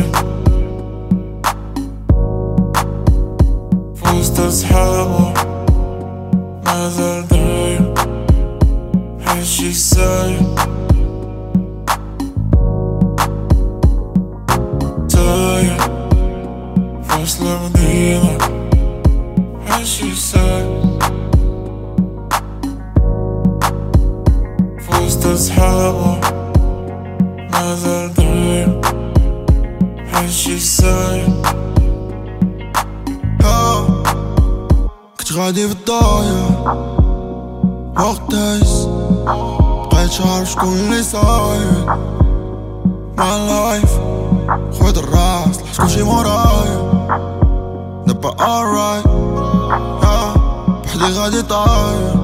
وسط أصحابه ما زال داير عايشي صاير طاير أصلاً مدينة عايشي صاير وسط أصحابه ما زال داير عايشي صاير. كنت غادي في الضايع وقت دايس بقيت عارف شكون اللي صاير مع لايف خد الراس لحس كل شي مورايا نبقى alright بحدي غادي طاير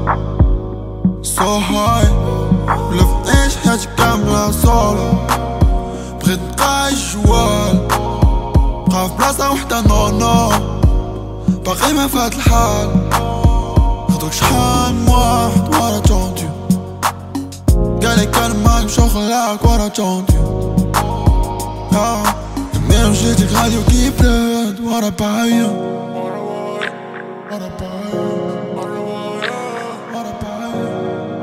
so high ولا في ايش حياتي كاملة صولو بغيت نعيش جوال بقى في بلاصة وحدة نو نو باقي ما فات الحال خدوك شحال من واحد ورا جونتي قالك كان معاك مشاو خلاك ورا جونتي مي مشيتك غادي وكيف راد ورا بايا ورا بايا ورا بايا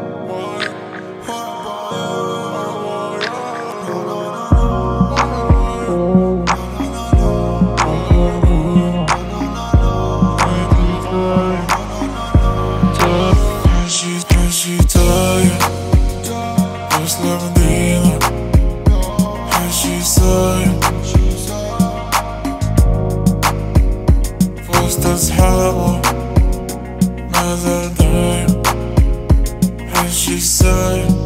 أصحابه ما زال دايم هالشي سايق